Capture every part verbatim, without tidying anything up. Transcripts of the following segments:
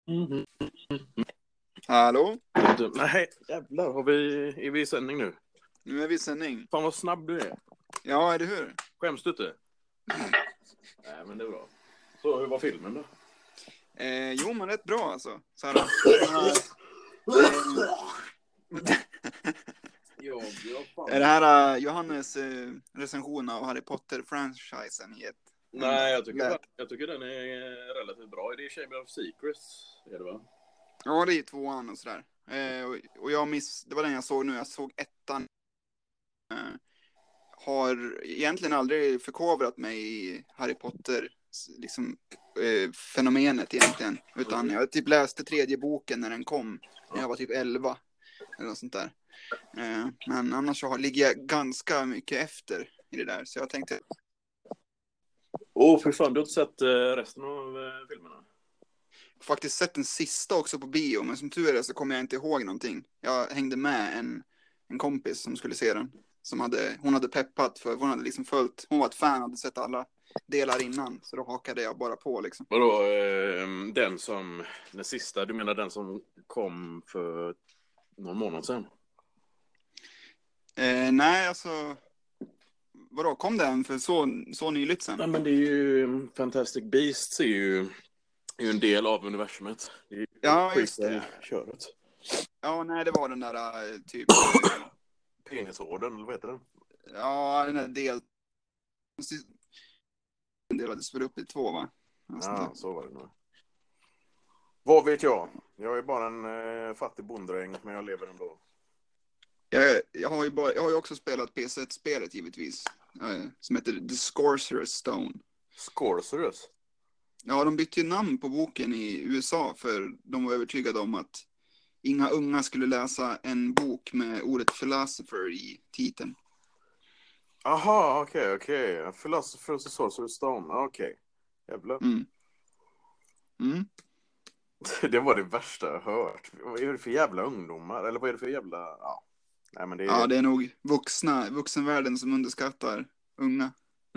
Mhm. Hallå? Du, nej, jävlar, har vi, är vi i sändning nu? Nu är vi i sändning. Fan vad snabb du är. Ja, är det hur? Skäms du inte? Nej, men det är bra. Så, hur var filmen då? Eh, jo, men rätt bra alltså. Så här, den här, eh, Ja, ja, fan. är det här uh, Johannes eh, recension av Harry Potter-franchisen i ett Nej, jag tycker, lät? jag tycker den är relativt bra. Det är Chamber of Secrets, är det va? Ja, det är tvåan och sådär. Eh, och, och jag miss, det var den jag såg nu. Jag såg ettan. Eh, har egentligen aldrig förkovrat mig i Harry Potter liksom eh, fenomenet egentligen, utan jag typ läste tredje boken när den kom när jag var typ elva eller något sånt där. Eh, men annars så har, ligger jag ganska mycket efter i det där, så jag tänkte. Åh, oh, för fan, du har inte sett uh, resten av uh, filmerna? Faktiskt sett den sista också på bio, men som tur är så kommer jag inte ihåg någonting. Jag hängde med en, en kompis som skulle se den. Som hade, hon hade peppat för hon hade liksom följt, hon var ett fan, hade sett alla delar innan, så då hakade jag bara på liksom. Vadå, eh, den som, den sista, du menar den som kom för någon månad sedan? Eh, nej, alltså, vadå, kom den för så, så nyligt sen? Nej, men det är ju, Fantastic Beasts är ju, är ju en del av universumet. Det är ju Ja, just det. köret. Ja, nej, det var den där eh, typ... Eh, Penisorden, eller vad heter den? ja, den där del... Den delades väl upp i två, va? Ja, så var det nog. Vad vet jag? Jag är bara en eh, fattig bonddräng, men jag lever ändå. Jag, jag, har ju bara, jag har ju också spelat P S ett-spelet givetvis. Eh, som heter The Sorcerer's Stone. Sorcerers? Ja, de bytte ju namn på boken i U S A för de var övertygade om att inga unga skulle läsa en bok med ordet philosopher i titeln. Aha, okej, okay, okej. Okay. Philosopher's Sorcerer's Stone, okej. Okay. Jävlar. Mm. Mm. Det var det värsta jag hört. Vad är det för jävla ungdomar? Eller vad är det för jävla... Ja, Nej, men det är... ja det är nog vuxna, vuxenvärlden som underskattar unga.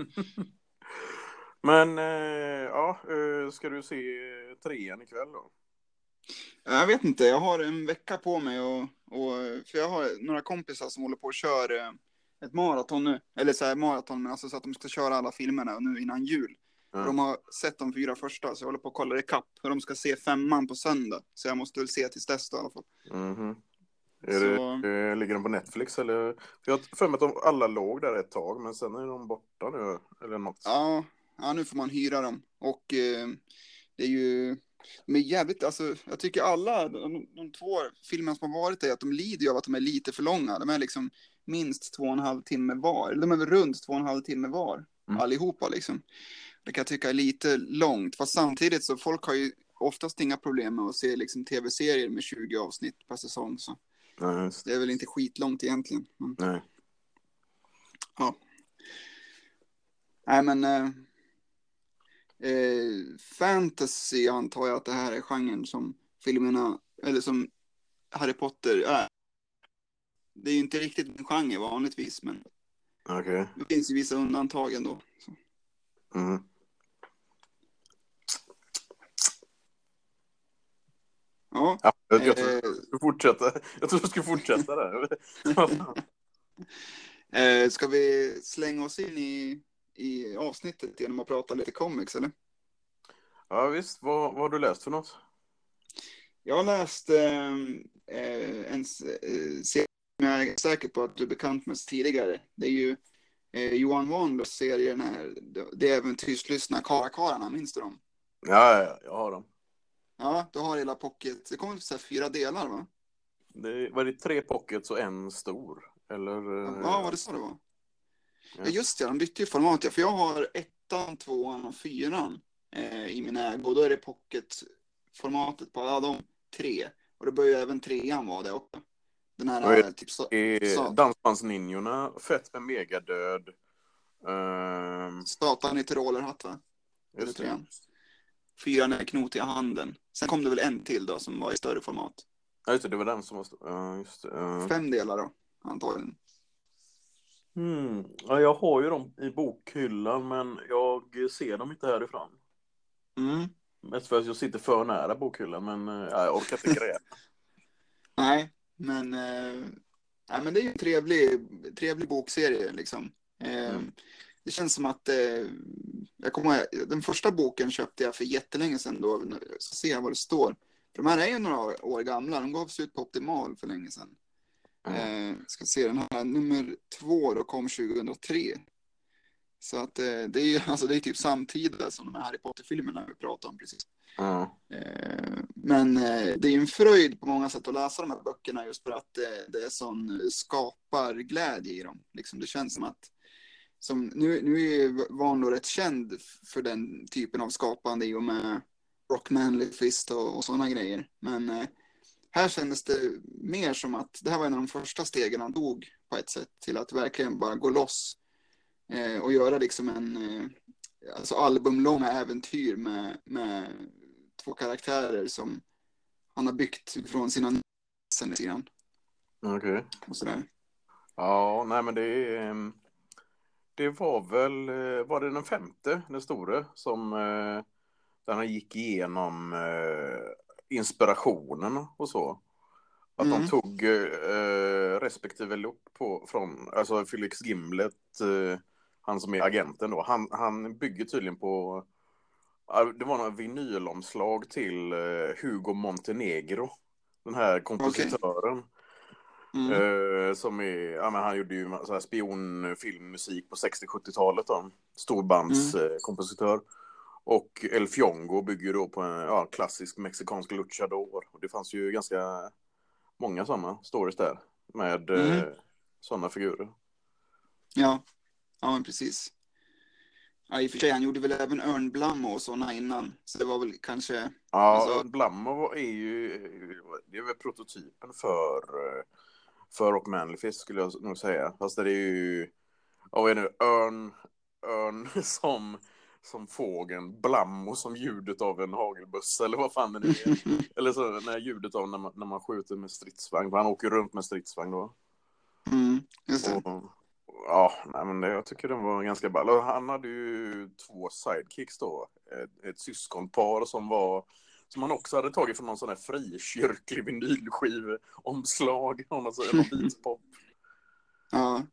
Men, eh, ja, ska du se trean ikväll då? Jag vet inte, jag har en vecka på mig och, och för jag har några kompisar som håller på att köra ett maraton nu, eller så här maraton, men alltså så att de ska köra alla filmerna nu innan jul. Mm. De har sett de fyra första, så jag håller på att kolla i kapp. Och de ska se femman på söndag, så jag måste väl se tills dess då, i alla fall. Mhm. Är så... det, ligger de på Netflix eller? För jag har för mig att de alla låg där ett tag, men sen är de borta nu eller något. Ja, ja nu får man hyra dem. Och eh, det är ju de är jävligt, alltså jag tycker alla de, de två filmerna som har varit är att de lider av att de är lite för långa. De är liksom minst två och en halv timme var. Eller de är väl runt två och en halv timme var. Mm. Allihopa liksom. Det kan jag tycka är lite långt. Fast samtidigt så folk har ju oftast inga problem med att se liksom tv-serier med tjugo avsnitt per säsong. Så Nej, det är väl inte skitlångt egentligen. Men... Nej. Ja. Nej men... Eh... Eh, fantasy antar jag att det här är genren som filmerna, eller som Harry Potter är. Det är ju inte riktigt en genre vanligtvis, men okay. Det finns ju vissa undantag ändå. Så. Mm. Ja. ja jag, jag, tror eh, du ska fortsätta. jag tror du ska fortsätta där. eh, ska vi slänga oss in i, i avsnittet genom att prata lite comics, eller? Ja visst, vad, vad har du läst för något? Jag har läst eh, en eh, serie som jag är säker på att du är bekant med tidigare. Det är ju eh, Johan Wanlös serie, den här, det är äventyrslystna Karakararna, minns du dem? Ja, ja, jag har dem. Ja, du har hela pocket. Det kommer så här fyra delar, va? Det var det tre pockets och en stor, eller? Ja, ja vad det så det var. Ja, just det, de bytte ju format, ja, för jag har ettan, tvåan och fyran eh, i min ägo, och då är det pocketformatet på alla de tre. Och då börjar även trean vara det också. Den här är, typ så, är Dansbandsninjorna, Fett med megadöd. Um... Statan i tyrolerhatt, va? Just det. Fyran är knotiga handen. Sen kom det väl en till då som var i större format. Ja, just det, det var den som var större. Uh, just det, uh... Fem delar då, antagligen. Hmm. Ja, jag har ju dem i bokhyllan, men jag ser dem inte härifrån. Mm. Mest för att jag sitter för nära bokhyllan, men eh, ja, jag orkar inte gräva. Nej, men, eh, nej, men det är ju en trevlig, trevlig bokserie liksom. Eh, Mm. Det känns som att eh, jag kommer ihåg, den första boken köpte jag för jättelänge sedan då, så ser jag vad det står. För de här är ju några år gamla, de gavs ut på Optimal för länge sedan. Mm. Eh, ska se, den här nummer två då kom tjugohundratre. Så att eh, det är ju alltså, det är typ samtida som de här Harry Potter-filmerna vi pratar om precis. Mm. Eh, men eh, det är ju en fröjd på många sätt att läsa de här böckerna just för att eh, det är sån skaparglädje i dem. Liksom, det känns som att som, nu, nu är Vanlo rätt känd för den typen av skapande i och med Rock Manly Fist och, och sådana grejer. Men eh, här kändes det mer som att det här var en av de första stegen han tog på ett sätt till att verkligen bara gå loss eh, och göra liksom en eh, alltså albumlånga äventyr med, med två karaktärer som han har byggt från sina sen lite grann. Okej. Och sådär. Ja, nej men det är... ehm, Det var väl... eh, Var det den femte, den store, som... eh, Där han gick igenom eh, inspirationen och så. Att de Mm. tog eh, respektive look på från, alltså Felix Gimlet, eh, han som är agenten då, han, han bygger tydligen på, ja, det var några vinylomslag till eh, Hugo Montenegro, den här Okej. kompositören. Mm. Eh, som är, ja, men han gjorde ju så här spionfilmmusik på sextio-sjuttiotalet då, storbandskompositör. Mm. Och El Fiongo bygger då på en ja, klassisk mexikansk luchador. Och det fanns ju ganska många sådana stories där med Mm. eh, sådana figurer. Ja. Ja, men precis. Ja, i och för sig, han gjorde väl även Örnblom och sådana innan. Så det var väl kanske... Ja, Alltså, Blammo är ju det är väl prototypen för eh, för Rock Manly Fist skulle jag nog säga. Fast det är ju ja, vad är det? Örn, örn som som fågeln, Blammo som ljudet av en hagelbössa eller vad fan det nu är. Eller så när ljudet av när man, när man skjuter med stridsvagn. För han åker runt med stridsvagn då. mm, just det. Och, ja, nej, men det, jag tycker den var ganska ball. Och han hade ju två sidekicks då. Ett, ett syskonpar som var som han också hade tagit från någon sån här frikyrklig vinylskivomslag. Någon, alltså, någon beatpop. Ja.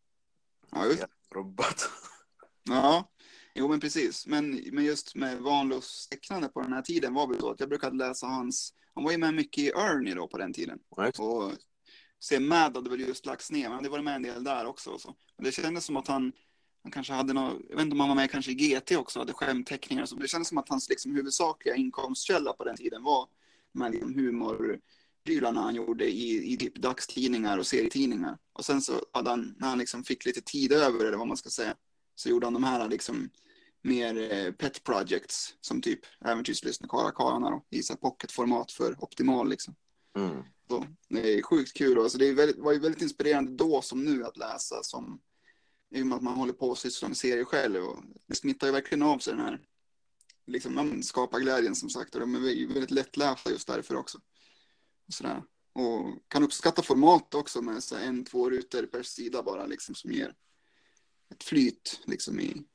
Ja, just det. Rubbat. Ja. Jo, men precis. Men, men just med Vanlos tecknande på den här tiden var väl så att jag brukade läsa hans... Han var ju med mycket i Ernie då på den tiden. Right. Och se Mad hade väl just lagts ner, men det var med en del där också. Och så. Men det kändes som att han, han kanske hade något, jag vet inte om han var med kanske i G T också, hade skämtteckningar. Så det kändes som att hans liksom, huvudsakliga inkomstkälla på den tiden var de här liksom, humorprylarna han gjorde i, i typ dagstidningar och serietidningar. Och sen så hade han, när han liksom fick lite tid över, eller vad man ska säga, så gjorde han de här liksom mer eh, pet projects som typ Äventyrslyssna Kara Kararna då, i så här pocketformat för Optimal liksom. Mm. Så, det är sjukt kul. Alltså, det är väldigt, var ju väldigt inspirerande då som nu att läsa. Som, i och med att man håller på att syssla med serier själv. Och det smittar ju verkligen av sig den här liksom, man skapar glädjen som sagt. Och de är väldigt lättlästa just därför också. Och, sådär. Och kan uppskatta format också med så här, en, två rutor per sida bara liksom, som ger ett flyt liksom, i,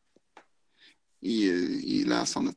i, i läsandet.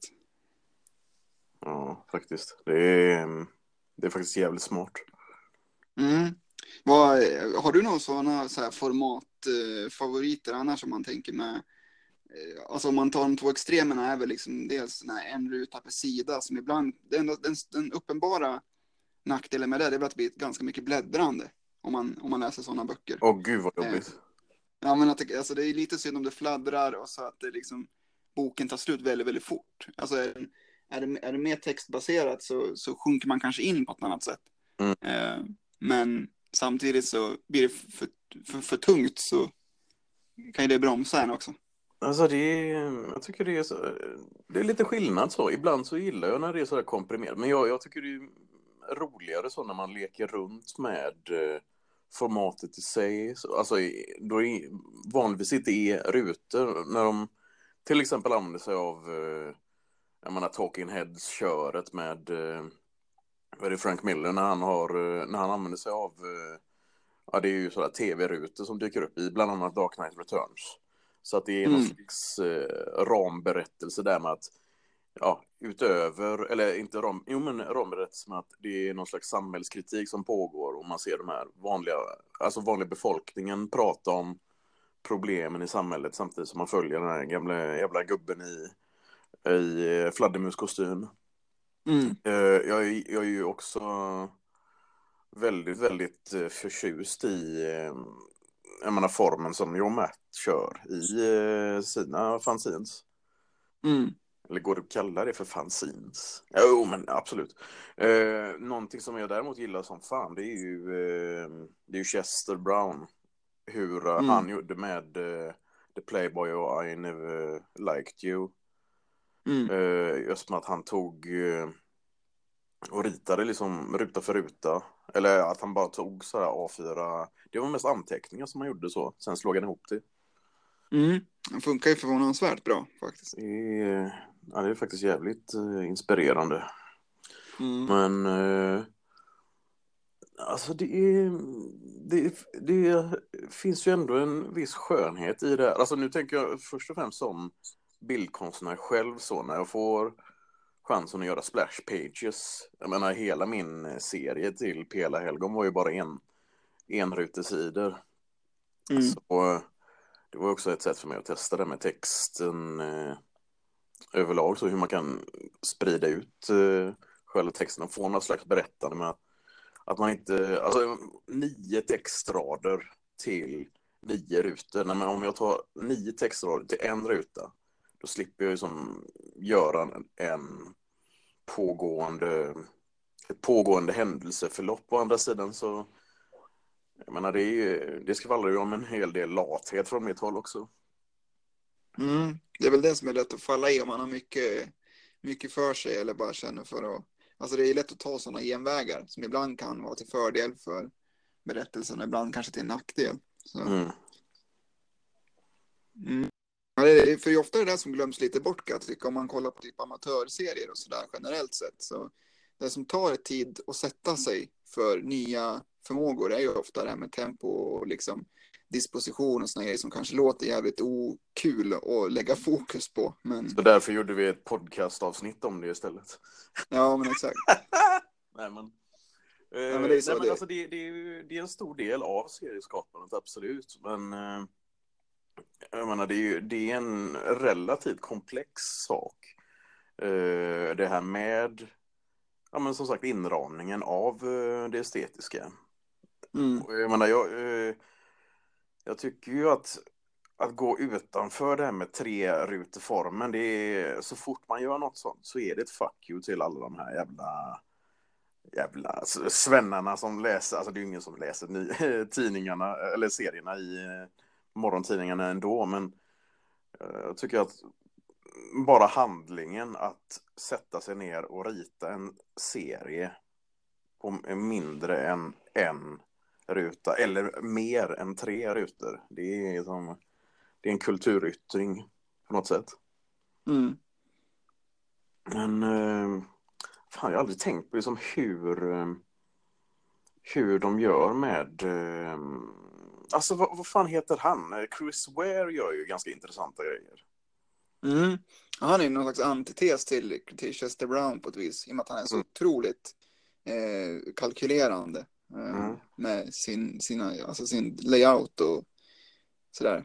Ja, faktiskt. Det är, det är faktiskt jävligt smart. Mm. Vad, har du några sådana så här formatfavoriter eh, annars som man tänker med? Eh, alltså om man tar de två extremerna är väl liksom dels när en ruta per sida som ibland, den, den, den uppenbara nackdelen med det, det är väl att det blir ganska mycket bläddrande om man, om man läser sådana böcker. Åh gud vad jobbigt. Eh, ja men att det, alltså det är lite synd om det fladdrar och så att det liksom, boken tar slut väldigt, väldigt fort. Alltså är, är, det, är det mer textbaserat så, så sjunker man kanske in på ett annat sätt. Mm. Eh, men samtidigt så blir det för, för, för tungt så kan ju det bromsa en också. Alltså det är, jag tycker det är så, det är lite skillnad så. Ibland så gillar jag när det är så där komprimerat. Men jag, jag tycker det är roligare så när man leker runt med eh, formatet i sig. Så, alltså då är vanligtvis inte är rutor när de till exempel använder sig av eh, jag menar Talking Heads-köret med eh, vad är det, Frank Miller när han har eh, när han använder sig av eh, ja det är ju sådana tv-rutor som dyker upp i bland annat Dark Knight Returns. Så att det är någon Mm. slags eh, ramberättelse där med att ja, utöver, eller inte ram, jo men ramberättelsen med att det är någon slags samhällskritik som pågår och man ser de här vanliga, alltså vanliga befolkningen prata om problemen i samhället samtidigt som man följer den här gamla jävla gubben i, i fladdermuskostym. Mm. Eh, Jag är, jag är ju också väldigt, väldigt eh, förtjust i eh, jag menar, formen som Joe Matt kör i eh, sina fanzines. Mm. Eller går det att kalla det för fanzines? Jo, men absolut. Eh, någonting som jag däremot gillar som fan, det är ju, eh, det är ju Chester Brown. Hur eh, Mm. han gjorde med eh, The Playboy och I Never Liked You. Mm. Eh, just med att han tog eh, och ritade liksom ruta för ruta. Eller att han bara tog så här A fyra. Det var mest anteckningar som han gjorde så. Sen slog han ihop det. Mm. Det funkar ju förvånansvärt bra faktiskt. Det är, ja, det är faktiskt jävligt eh, inspirerande. Mm. Men eh, alltså det är det, det finns ju ändå en viss skönhet i det. Alltså nu tänker jag först och främst som bildkonstnär själv så när jag får chansen att göra splash pages. Jag menar hela min serie till Pela Helgon var ju bara en enrutesidor. Mm. Så det var också ett sätt för mig att testa det med texten eh, överlag, så hur man kan sprida ut eh, själva texten och få något slags berättande med att, att man inte, alltså nio textrader till nio rutor. Nej, men om jag tar nio textrader till en ruta, då slipper jag ju som göra en, en pågående ett pågående händelseförlopp. På andra sidan så jag menar, det, är ju, det skvallrar ju om en hel del lathet från mitt håll också. Mm. Det är väl det som är lätt att falla i om man har mycket, mycket för sig eller bara känner för att... Alltså det är lätt att ta sådana genvägar som ibland kan vara till fördel för berättelsen och ibland kanske till nackdel. Så. Mm. Mm. Ja, det är, för ofta är det där som glöms lite bort, jag tycker, om man kollar på typ amatörserier och sådär generellt sett. Så det som tar tid att sätta sig för nya förmågor är ju ofta det här med tempo och liksom disposition och såna grejer som kanske låter jävligt okul att lägga fokus på. Men... Så därför gjorde vi ett podcastavsnitt om det istället. Ja, men exakt. Nej, men, eh, ja, men det är så nej, men det... alltså, det, det, är ju, det är en stor del av serieskapandet, absolut. Men eh, jag menar, det är ju det är en relativt komplex sak. Eh, det här med, ja, men som sagt, inramningen av eh, det estetiska. Mm. Och jag menar, jag, eh, jag tycker ju att att gå utanför det här med tre ruteformen, det är, så fort man gör något sånt så är det ett fuck you till alla de här jävla jävla svennarna som läser, alltså det är ju ingen som läser ny, tidningarna eller serierna i morgontidningarna ändå, men jag tycker att bara handlingen att sätta sig ner och rita en serie på mindre än en ruta eller mer än tre rutor, det är som det är en kulturyttring på något sätt. Mm. Men eh, fan, jag har aldrig tänkt på liksom hur eh, hur de gör med eh, alltså vad, vad fan heter han? Chris Ware gör ju ganska intressanta grejer. Mm. Han är någon slags antites till, till Chester Brown på ett vis, i och med att han är så Mm. otroligt eh, kalkylerande eh, Mm. med sin, sina, alltså sin layout och sådär.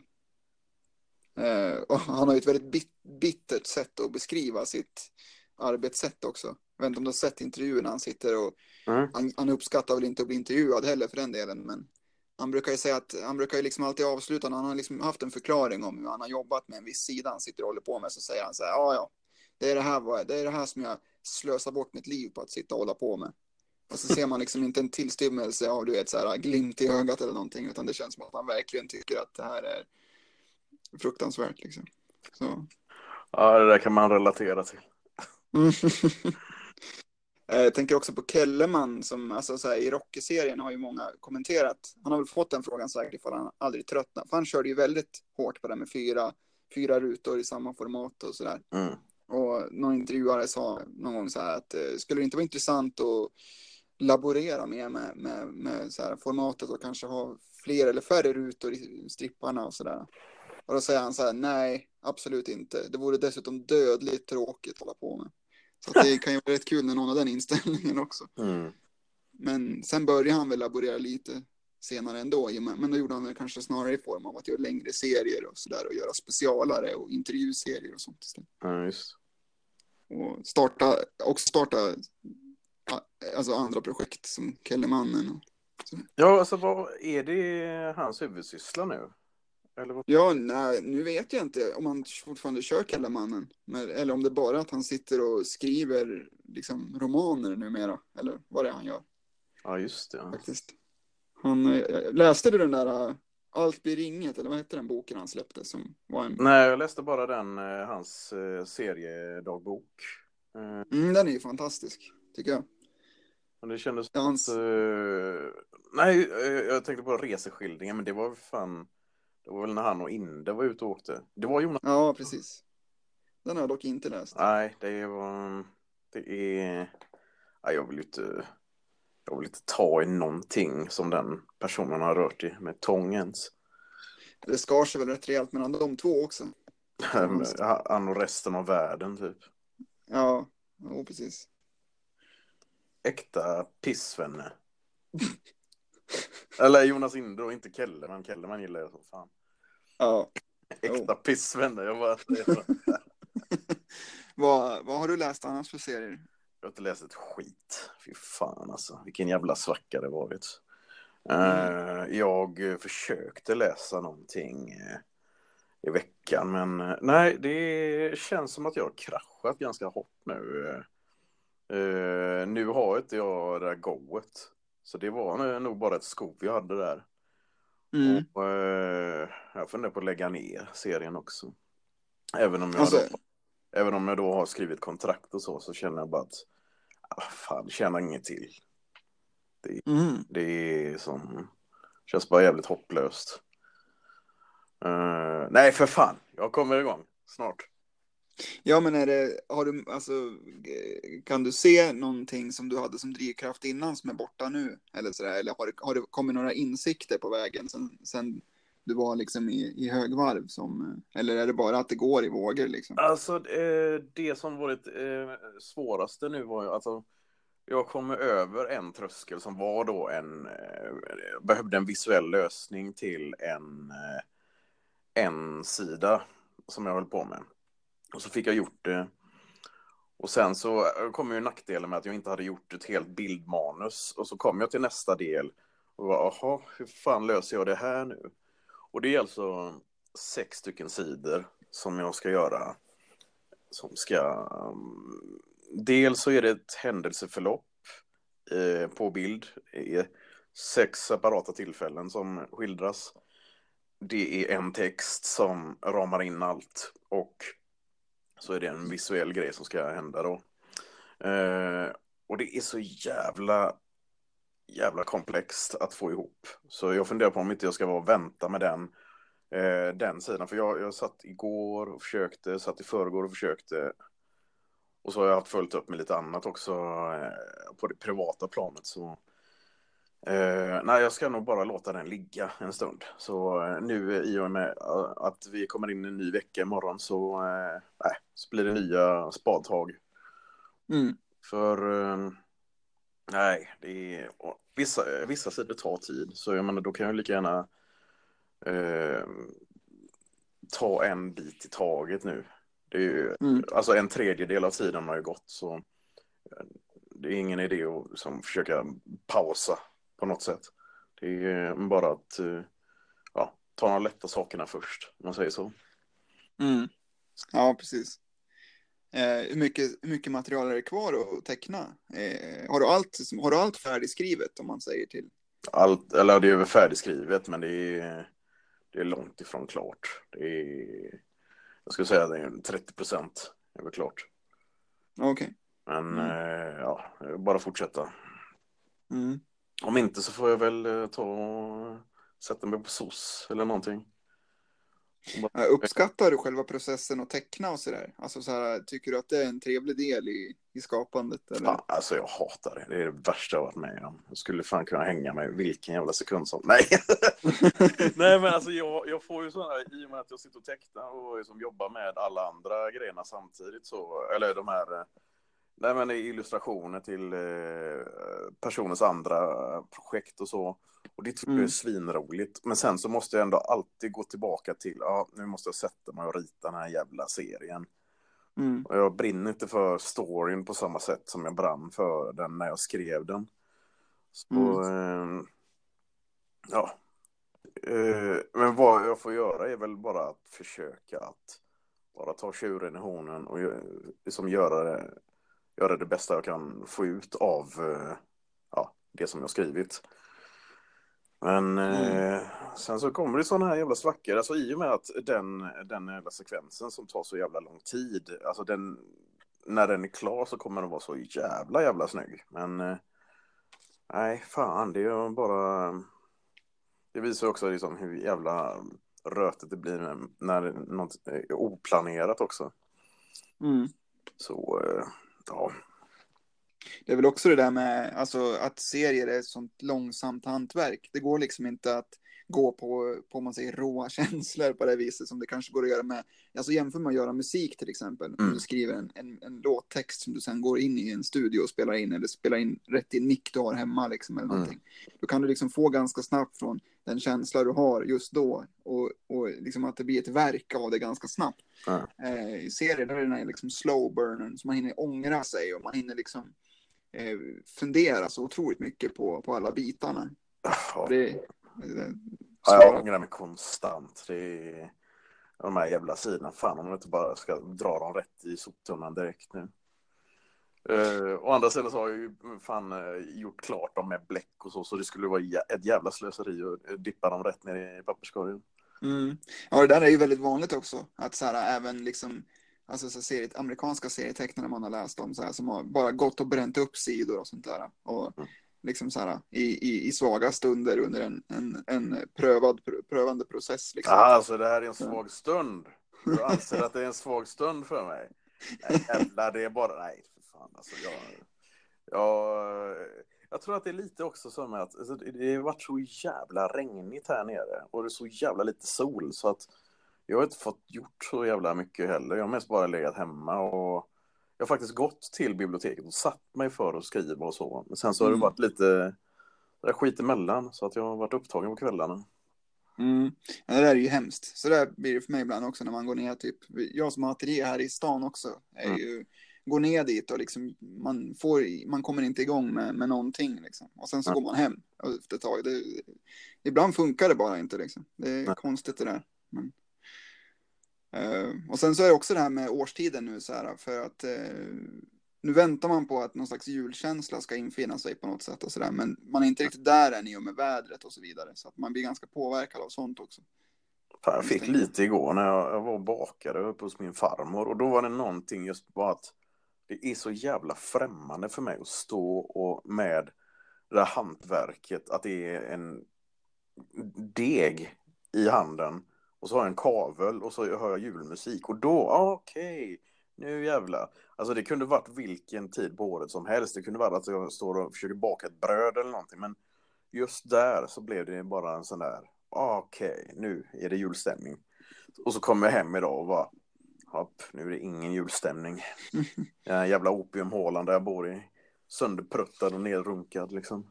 Eh, och han har ju ett väldigt bit, bittert sätt att beskriva sitt arbetssätt också. Jag vet inte om du har sett intervjuerna han sitter och Mm. han, han uppskattar väl inte att bli intervjuad heller för den delen, men han brukar ju säga att han brukar ju liksom alltid avsluta när han har liksom haft en förklaring om hur han har jobbat med en viss sida han sitter och håller på med, så säger han så här: ja ja, det är det här, det är det här som jag slösar bort mitt liv på att sitta och hålla på med. Och så ser man liksom inte en tillstymmelse av, du vet, så här glimt i ögat eller någonting, utan det känns som att han verkligen tycker att det här är fruktansvärt liksom. Så. Ja, det där kan man relatera till. Mm. Jag tänker också på Kellerman som, alltså så här, i Rocky-serien har ju många kommenterat. Han har väl fått den frågan säkert ifall han aldrig tröttnar. För han körde ju väldigt hårt på det med fyra, fyra rutor i samma format och sådär. Mm. Och någon intervjuare sa någon gång så här att eh, skulle det inte vara intressant att laborera mer med, med, med så här formatet och kanske ha fler eller färre rutor i stripparna och sådär. Och då säger han så här: nej, absolut inte. Det vore dessutom dödligt tråkigt att hålla på med. Så att det kan ju vara rätt kul när någon har den inställningen också. Mm. Men sen började han väl laborera lite senare ändå. Men då gjorde han väl kanske snarare i form av att göra längre serier och sådär. Och göra specialare och intervjuserier och sånt istället. Ja, just. Och starta, också starta alltså andra projekt som Kellemannen. Och ja, alltså vad är det hans huvudsyssla nu? Eller vad? Ja, nej, nu vet jag inte om han fortfarande kör Kellemannen. Eller om det bara är att han sitter och skriver liksom romaner numera. Eller vad det är han gör. Ja, just det. Faktiskt. Han, läste du den där Allt blir inget, eller vad hette den boken han släppte? Som var en... Nej, jag läste bara den, hans seriedagbok. Mm, den är ju fantastisk, tycker jag. Men det kändes... Hans... Uh, nej, jag tänkte på reseskildringen, men det var fan... Det var väl när han och Inde var ute och åkte. Det var Jonas... Ja, precis. Den har jag dock inte läst. Nej, det var... Det är... Nej, jag vill inte... Jag vill inte ta i någonting som den personen har rört i med tångens. Det skar sig väl rätt rejält mellan de två också. Han och resten av världen, typ. Ja, ja precis. Äkta pissvänner. Eller Jonas Inde och inte Kelle, men Kelle man gillar jag som fan. Ja. Äkta oh. pissvänner, jag bara... vad, vad har du läst annars för serier? Jag har inte läst ett skit. Fy fan alltså. Vilken jävla svacka det varit. Mm. Uh, jag försökte läsa någonting uh, i veckan. Men uh, nej, det känns som att jag har kraschat ganska hårt nu. Uh, nu har inte jag det där goet. Så det var uh, nog bara ett skov jag hade där. Mm. Och uh, jag funderar på att lägga ner serien också. Även om jag alltså... då... Även om jag då har skrivit kontrakt och så, så känner jag bara att ah, fan, känner inget till. Det, mm. det är som känns bara jävligt hopplöst. Uh, nej, för fan. Jag kommer igång snart. Ja, men är det, har du, alltså, kan du se någonting som du hade som drivkraft innan som är borta nu? Eller, sådär, eller har, det, har det kommit några insikter på vägen sen, sen du var liksom i, i högvarv? Som, eller är det bara att det går i vågor? Liksom? Alltså, det, det som varit eh, svåraste nu var ju alltså, jag kom över en tröskel som var då en, eh, behövde en visuell lösning till en, eh, en sida som jag höll på med. Och så fick jag gjort det. Och sen så kom ju nackdelen med att jag inte hade gjort ett helt bildmanus. Och så kom jag till nästa del och bara, aha, hur fan löser jag det här nu? Och det är alltså sex stycken sidor som jag ska göra. Som ska... Um, dels så är det ett händelseförlopp eh, på bild. Det är sex separata tillfällen som skildras. Det är en text som ramar in allt. Och så är det en visuell grej som ska hända då. Eh, och det är så jävla jävla komplext att få ihop. Så jag funderar på om inte jag ska vara och vänta med den eh, den sidan. För jag, jag satt igår och försökte, satt i förrgår och försökte. Och så har jag haft följt upp med lite annat också eh, på det privata planet. Så eh, nej, jag ska nog bara låta den ligga en stund. Så eh, nu i och med att vi kommer in en ny vecka imorgon så, eh, nej, så blir det nya spadtag. Mm. För eh, nej, det är, vissa, vissa sidor tar tid. Så jag menar, då kan jag lika gärna eh, ta en bit i taget nu. Det är ju, Mm. alltså en tredjedel av tiden har ju gått, så det är ingen idé att liksom, försöka pausa på något sätt. Det är bara att ja, ta de lätta sakerna först, om man säger så. Mm. Ja, precis. Eh, hur, mycket, hur mycket material är det kvar att teckna? Eh, har, du allt, har du allt färdigskrivet, om man säger till? Allt, eller det är väl färdigskrivet, men det är, det är långt ifrån klart. Det är, jag skulle säga att det är trettio procent är väl klart. Okej. Okay. Men mm. eh, ja, bara fortsätta. Mm. Om inte så får jag väl ta sätta mig på S O S eller någonting. Bara... Uppskattar du själva processen att teckna och sådär? Alltså så här, tycker du att det är en trevlig del i, i skapandet? Eller? Fan, alltså jag hatar det. Det är det värsta jag varit med om. Jag skulle fan kunna hänga med vilken jävla sekund som... Nej! Nej, men alltså jag, jag får ju sådana, i och med att jag sitter och tecknar och liksom jobbar med alla andra grejerna samtidigt så, eller de här Nej, men det är illustrationer till eh, personens andra projekt och så. Och det tycker jag är Mm. svinroligt. Men sen så måste jag ändå alltid gå tillbaka till, ja, nu måste jag sätta mig och rita den här jävla serien. Mm. Och jag brinner inte för storyn på samma sätt som jag brann för den när jag skrev den. Så, Mm. eh, ja. Eh, men vad jag får göra är väl bara att försöka att bara ta tjuren i hornen och gö- liksom göra det, göra det bästa jag kan få ut av eh, ja, det som jag skrivit. Men Mm. eh, sen så kommer det sådana här jävla svackor. Alltså i och med att den, den jävla sekvensen som tar så jävla lång tid. Alltså den, när den är klar så kommer den vara så jävla jävla snygg. Men eh, nej, fan, det är bara... Det visar också liksom hur jävla rötet det blir med, när det är något är oplanerat också. Mm. Så, eh, ja. Det är väl också det där med alltså, att serier är ett sånt långsamt hantverk. Det går liksom inte att gå på, på man säger, råa känslor på det viset som det kanske går att göra med, alltså jämför med att göra musik till exempel. Om Mm. du skriver en, en, en låttext som du sen går in i en studio och spelar in, eller spelar in rätt i nick du har hemma liksom, eller någonting. Mm. Då kan du liksom få ganska snabbt från den känsla du har just då och, och liksom att det blir ett verk av det ganska snabbt. Mm. Eh, I serier där är den här liksom slow burnen, så man hinner ångra sig och man hinner liksom eh, fundera så otroligt mycket på, på alla bitarna. Ja. Det, det, Ja, jag ångrar mig konstant. Det är de här jävla sidorna. Fan om man inte bara ska dra dem rätt i soptunnan direkt nu. Uh, å andra sidan så har jag ju fan uh, gjort klart dem med bläck och så. Så det skulle vara jä- ett jävla slöseri att uh, dippa dem rätt ner i papperskorgen. Mm. Ja, det där är ju väldigt vanligt också. Att så här, även liksom, alltså så serie, amerikanska serietecknare man har läst om så här, som har bara gått och bränt upp sidor och sånt där. Och Mm. liksom så här, i, i, i svaga stunder under en, en, en prövad, prövande process. Liksom. Aha, alltså det här är en svag stund. Du anser att det är en svag stund för mig? Nej, jävlar, det är bara... Nej, för fan. Alltså, jag, jag, jag tror att det är lite också så med att alltså, det har varit så jävla regnigt här nere. Och det är så jävla lite sol. Så att jag har inte fått gjort så jävla mycket heller. Jag har mest bara legat hemma och... Jag har faktiskt gått till biblioteket och satt mig för att skriva och så. Men sen så har det varit lite... Det skit emellan, så att jag har varit upptagen på kvällarna. Mm. Ja, det där är ju hemskt. Så där blir det för mig ibland också när man går ner typ. Jag som har ateljé här i stan också är Mm. ju, går ner dit och liksom man, får, man kommer inte igång med, med någonting liksom. Och sen så Mm. går man hem efter ett tag. Det, ibland funkar det bara inte liksom. Det är Mm. konstigt det där. Men, uh, och sen så är det också det här med årstiden nu så här, för att uh, nu väntar man på att någon slags julkänsla ska infinna sig på något sätt och sådär. Men man är inte riktigt där än i och med vädret och så vidare. Så att man blir ganska påverkad av sånt också. Fan, jag fick lite igår när jag, jag var och bakade uppe hos min farmor. Och då var det någonting just bara att det är så jävla främmande för mig att stå och med det här hantverket. Att det är en deg i handen. Och så har jag en kavel och så hör jag julmusik. Och då, okej, okay, nu jävlar. Alltså det kunde varit vilken tid på året som helst. Det kunde vara att jag står och försöker baka ett bröd eller någonting. Men just där så blev det bara en sån där, okej, okay, nu är det julstämning. Och så kommer jag hem idag och bara, hopp, nu är det ingen julstämning. En jävla opiumhålan där jag bor i. Sönderpruttad och nedrunkad liksom.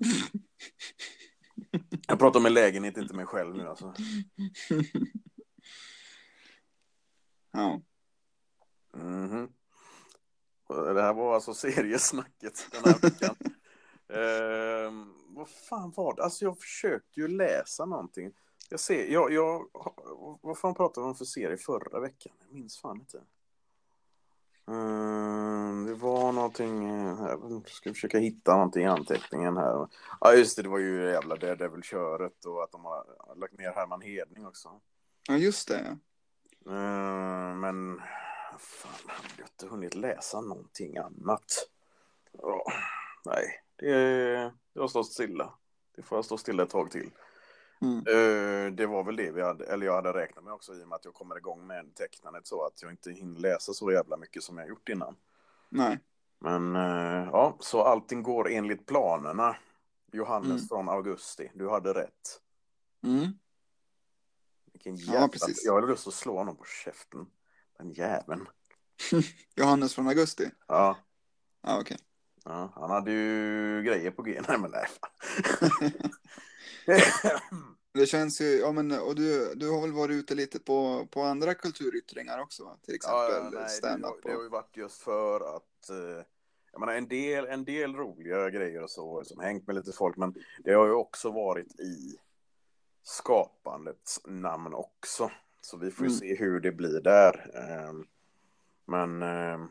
Jag pratar om en lägenhet, inte mig själv nu alltså. Ja. Mm-hmm. Det här var alltså seriesnacket den här veckan. eh, vad fan var det? Alltså jag försökte ju läsa någonting. Jag ser, jag, jag, vad fan pratade vi om för serie förra veckan? Jag minns fan inte. Mm, det var någonting här. Jag ska försöka hitta någonting i anteckningen här. Ja just det, det var ju jävla Daredevil-köret och att de har lagt ner Herman Hedning också. Ja just det. Mm, men fan, jag hade inte hunnit läsa någonting annat. Oh, nej, det, det har stått stilla. Det får jag stå stilla ett tag till. Mm. Uh, det var väl det vi hade, eller jag hade räknat med också i och med att jag kommer igång med tecknandet så att jag inte hinner läsa så jävla mycket som jag gjort innan. Nej. Men uh, ja, så allting går enligt planerna. Johannes Mm. från augusti, du hade rätt. Mm. Vilken jävla... Ja, precis. Jag hade lust att slå honom på käften. Den jäveln. Johannes från augusti. Ja. Ja, okej. Ja, han hade ju grejer på G. Nej, men nej. Det känns ju, ja men, och du, du har väl varit ute lite på, på andra kulturyttringar också, va? Till Ja, ja, exempel nej, det, stand-up det har och... ju varit just för att eh, jag menar, en del, en del roliga grejer och så som hängt med lite folk, men det har ju också varit i skapandets namn också. Så vi får ju Mm. se hur det blir där. Eh, men eh,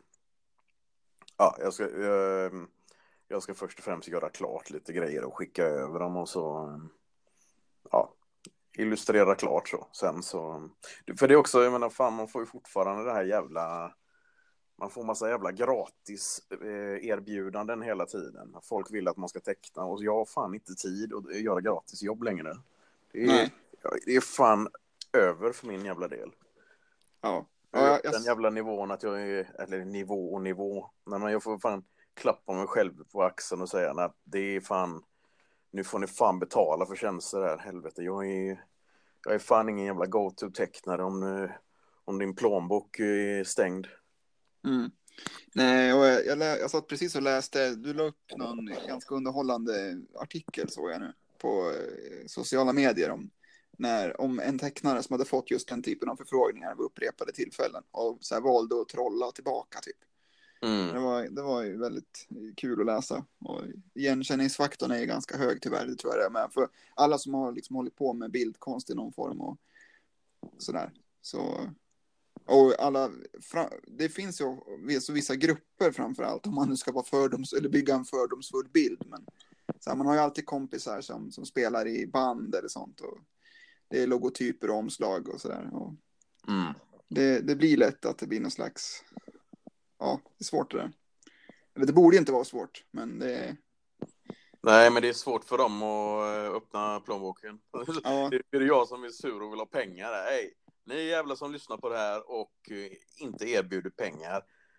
ja, jag ska, eh, jag ska först och främst göra klart lite grejer och skicka över dem och så eh, ja, illustrera klart så. Sen så, för det är också, jag menar, fan, man får ju fortfarande det här jävla, man får massa jävla gratis eh, erbjudanden hela tiden. Folk vill att man ska teckna och jag har fan inte tid att göra gratis jobb längre. Det är, Nej. det är fan över för min jävla del. Ja. Jag är Ja, på jag, den jävla nivån att jag är, eller nivå och nivå. Nej, men jag får fan klappa mig själv på axeln och säga, nej, det är fan, nu får ni fan betala för tjänster här, helvete. Jag är, jag är fan ingen jävla go-to-tecknare om, eh, om din plånbok är stängd. mm. Nej, och jag, jag, lä, jag satt precis och läste, du la upp någon ganska underhållande artikel, såg jag nu, på eh, sociala medier om, när, om en tecknare som hade fått just den typen av förfrågningar vid upprepade tillfällen och så här valde att trolla tillbaka typ. Mm. Det var, det var ju väldigt kul att läsa. Och igenkänningsfaktorn är ju ganska hög tyvärr, det tror jag det är med. För alla som har liksom hållit på med bildkonst i någon form och sådär. Så, och alla, det finns ju så vissa grupper framförallt, om man nu ska vara fördoms, eller bygga en fördomsfull bild. Men så här, man har ju alltid kompisar som, som spelar i band eller sånt. Och det är logotyper och omslag och sådär. Och Mm. det, det blir lätt att det blir någon slags, ja, det är svårt det där. Eller det borde inte vara svårt, men det är... Nej, men det är svårt för dem att eh, öppna plånboken. Ja. Det är jag som är sur och vill ha pengar. Hej, ni jävla som lyssnar på det här och eh, inte erbjuder pengar.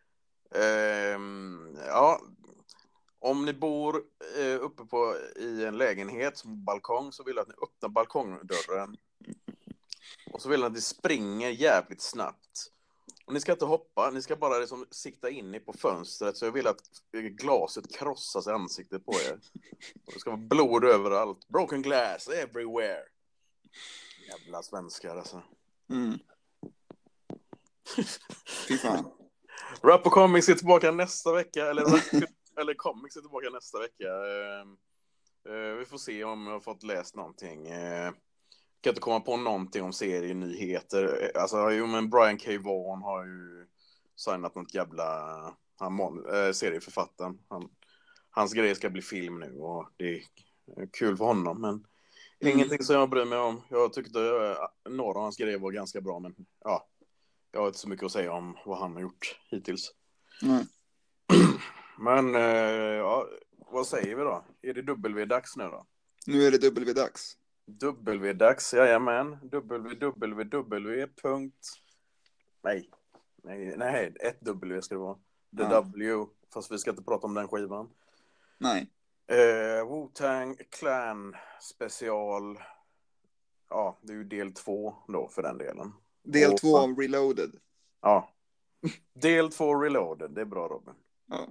Ehm, ja, om ni bor eh, uppe på, i en lägenhet som balkong så vill jag att ni öppnar balkongdörren. Och så vill jag att ni springer jävligt snabbt. Och ni ska inte hoppa, ni ska bara liksom sikta in i på fönstret. Så jag vill att glaset krossas i ansiktet på er. Och det ska vara blod överallt. Broken glass everywhere. Jävla svenskar alltså. Mm. Fy fan. Rap och Comics är tillbaka nästa vecka. Eller, rap, eller Comics är tillbaka nästa vecka. Uh, uh, vi får se om jag har fått läst någonting. Uh, kan inte komma på någonting om serienyheter. Alltså, jo, men Brian K. Vaughan har ju signat något jävla han, äh, serieförfattaren. Han, hans grej ska bli film nu och det är kul för honom, men mm. ingenting som jag bryr mig om. Jag tyckte äh, några av hans grejer var ganska bra, men ja, jag har inte så mycket att säga om vad han har gjort hittills. Mm. Men äh, ja, vad säger vi då? Är det W-dags nu då? Nu är det W-dags. W-dags, jajamän. www. Nej, nej, nej, ett W ska det vara. The Ja. W, fast vi ska inte prata om den skivan. Nej. Eh, Wu-Tang Clan special. Ja, det är ju del två då för den delen. Del Och, två av Reloaded. Ja. Del två Reloaded, det är bra, Robin. Ja.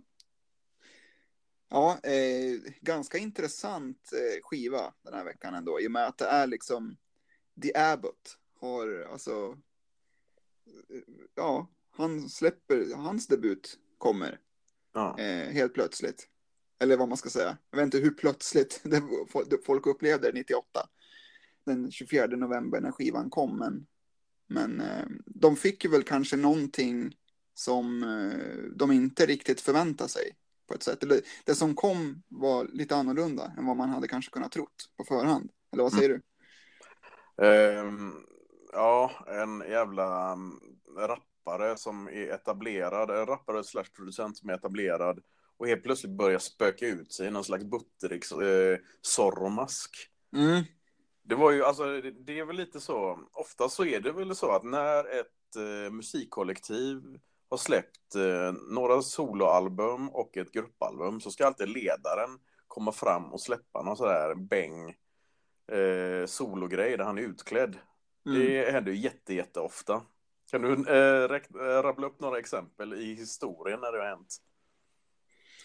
Ja, eh, ganska intressant eh, skiva den här veckan ändå. I och med att det är liksom The Abbott har alltså eh, ja, han släpper, hans debut kommer Ja. eh, helt plötsligt. Eller vad man ska säga. Jag vet inte hur plötsligt det, folk upplevde det nittioåtta. Den tjugofjärde november när skivan kom. Men, men eh, de fick ju väl kanske någonting som eh, de inte riktigt förväntade sig. På ett sätt. Eller, det som kom var lite annorlunda än vad man hade kanske kunnat trott på förhand. Eller vad säger mm. du? Um, ja, en jävla um, rappare som är etablerad. En rappare slash producent som är etablerad. Och helt plötsligt börjar spöka ut sig i någon slags butterig eh, Zorro-mask. Mm. Det var ju, alltså, det, det är väl lite så. Ofta så är det väl så att när ett eh, musikkollektiv har släppt eh, några soloalbum och ett gruppalbum så ska alltid ledaren komma fram och släppa någon sådär bäng eh, sologrej där han är utklädd. Mm. Det händer ju jätte, jätte ofta. Kan du eh, räkna, rabbla upp några exempel i historien när det har hänt?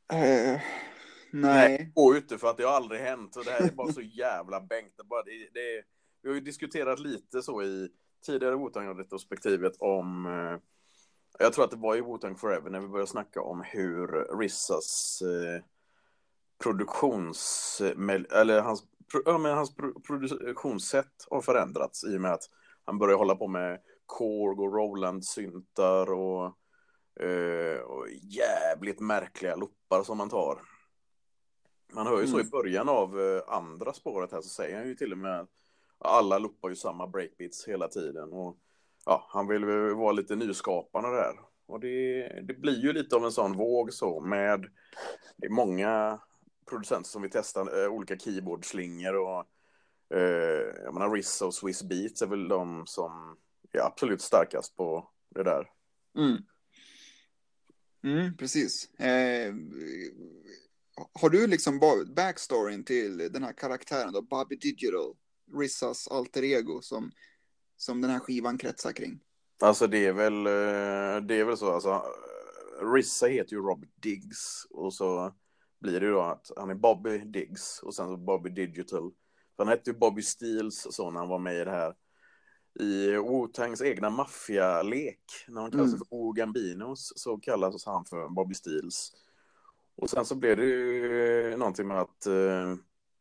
Eh, Nej, nej. gå ute för att det har aldrig hänt. Och det här är bara så jävla bänkt. Det bara, det, det, vi har ju diskuterat lite så i tidigare Wu-Tang-retrospektivet om... Eh, jag tror att det var i Wu-Tang Forever när vi började snacka om hur Rissas eh, produktions... Eller hans, ja, men hans produktionssätt har förändrats i och med att han börjar hålla på med Korg och Roland-syntar och, eh, och jävligt märkliga loppar som man tar. Man hör ju så i Mm. början av eh, andra spåret här så säger han ju till och med att alla loppar ju samma breakbeats hela tiden och ja, han vill ju vara lite nyskapande där. Och det, det blir ju lite av en sån våg så med det är många producenter som vill testa eh, olika keyboardslingor och eh, jag menar Riss och Swiss Beats är väl de som är absolut starkast på det där. Mm. Mm, precis. Eh, har du liksom backstoryn till den här karaktären då, Bobby Digital, Rissas alter ego som, som den här skivan kretsar kring? Alltså det är väl eh, det är väl så alltså Rissa heter ju Robert Diggs och så blir det ju då att han är Bobby Diggs och sen så Bobby Digital. För han hette ju Bobby Steels så när han var med i det här i Wu-Tangs egna maffialek när han kallas Mm. för O-Gambinos så kallas han för Bobby Steels. Och sen så blev det ju någonting med att eh,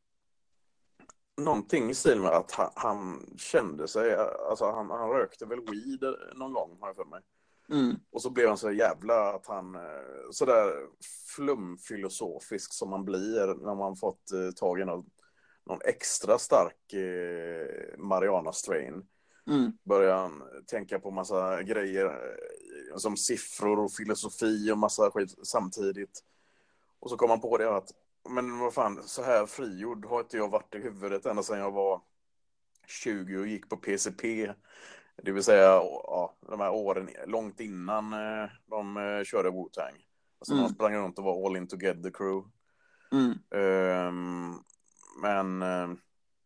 någonting i stil med att han, han kände sig alltså han, han rökte väl weed någon gång har jag för mig. Mm. Och så blev han så jävla att han sådär flumfilosofisk som man blir när man fått eh, tag i någon, någon extra stark eh, Mariana strain. Mm. Börjar han tänka på massa grejer eh, som siffror och filosofi och massa skit samtidigt. Och så kom han på det att men vad fan, så här frigjord har inte jag varit i huvudet ända sedan jag var tjugo och gick på P C P. Det vill säga ja, de här åren långt innan eh, de eh, körde Wu-Tang. Alltså Mm. de sprang runt och var all in together crew. Mm. Um, men uh,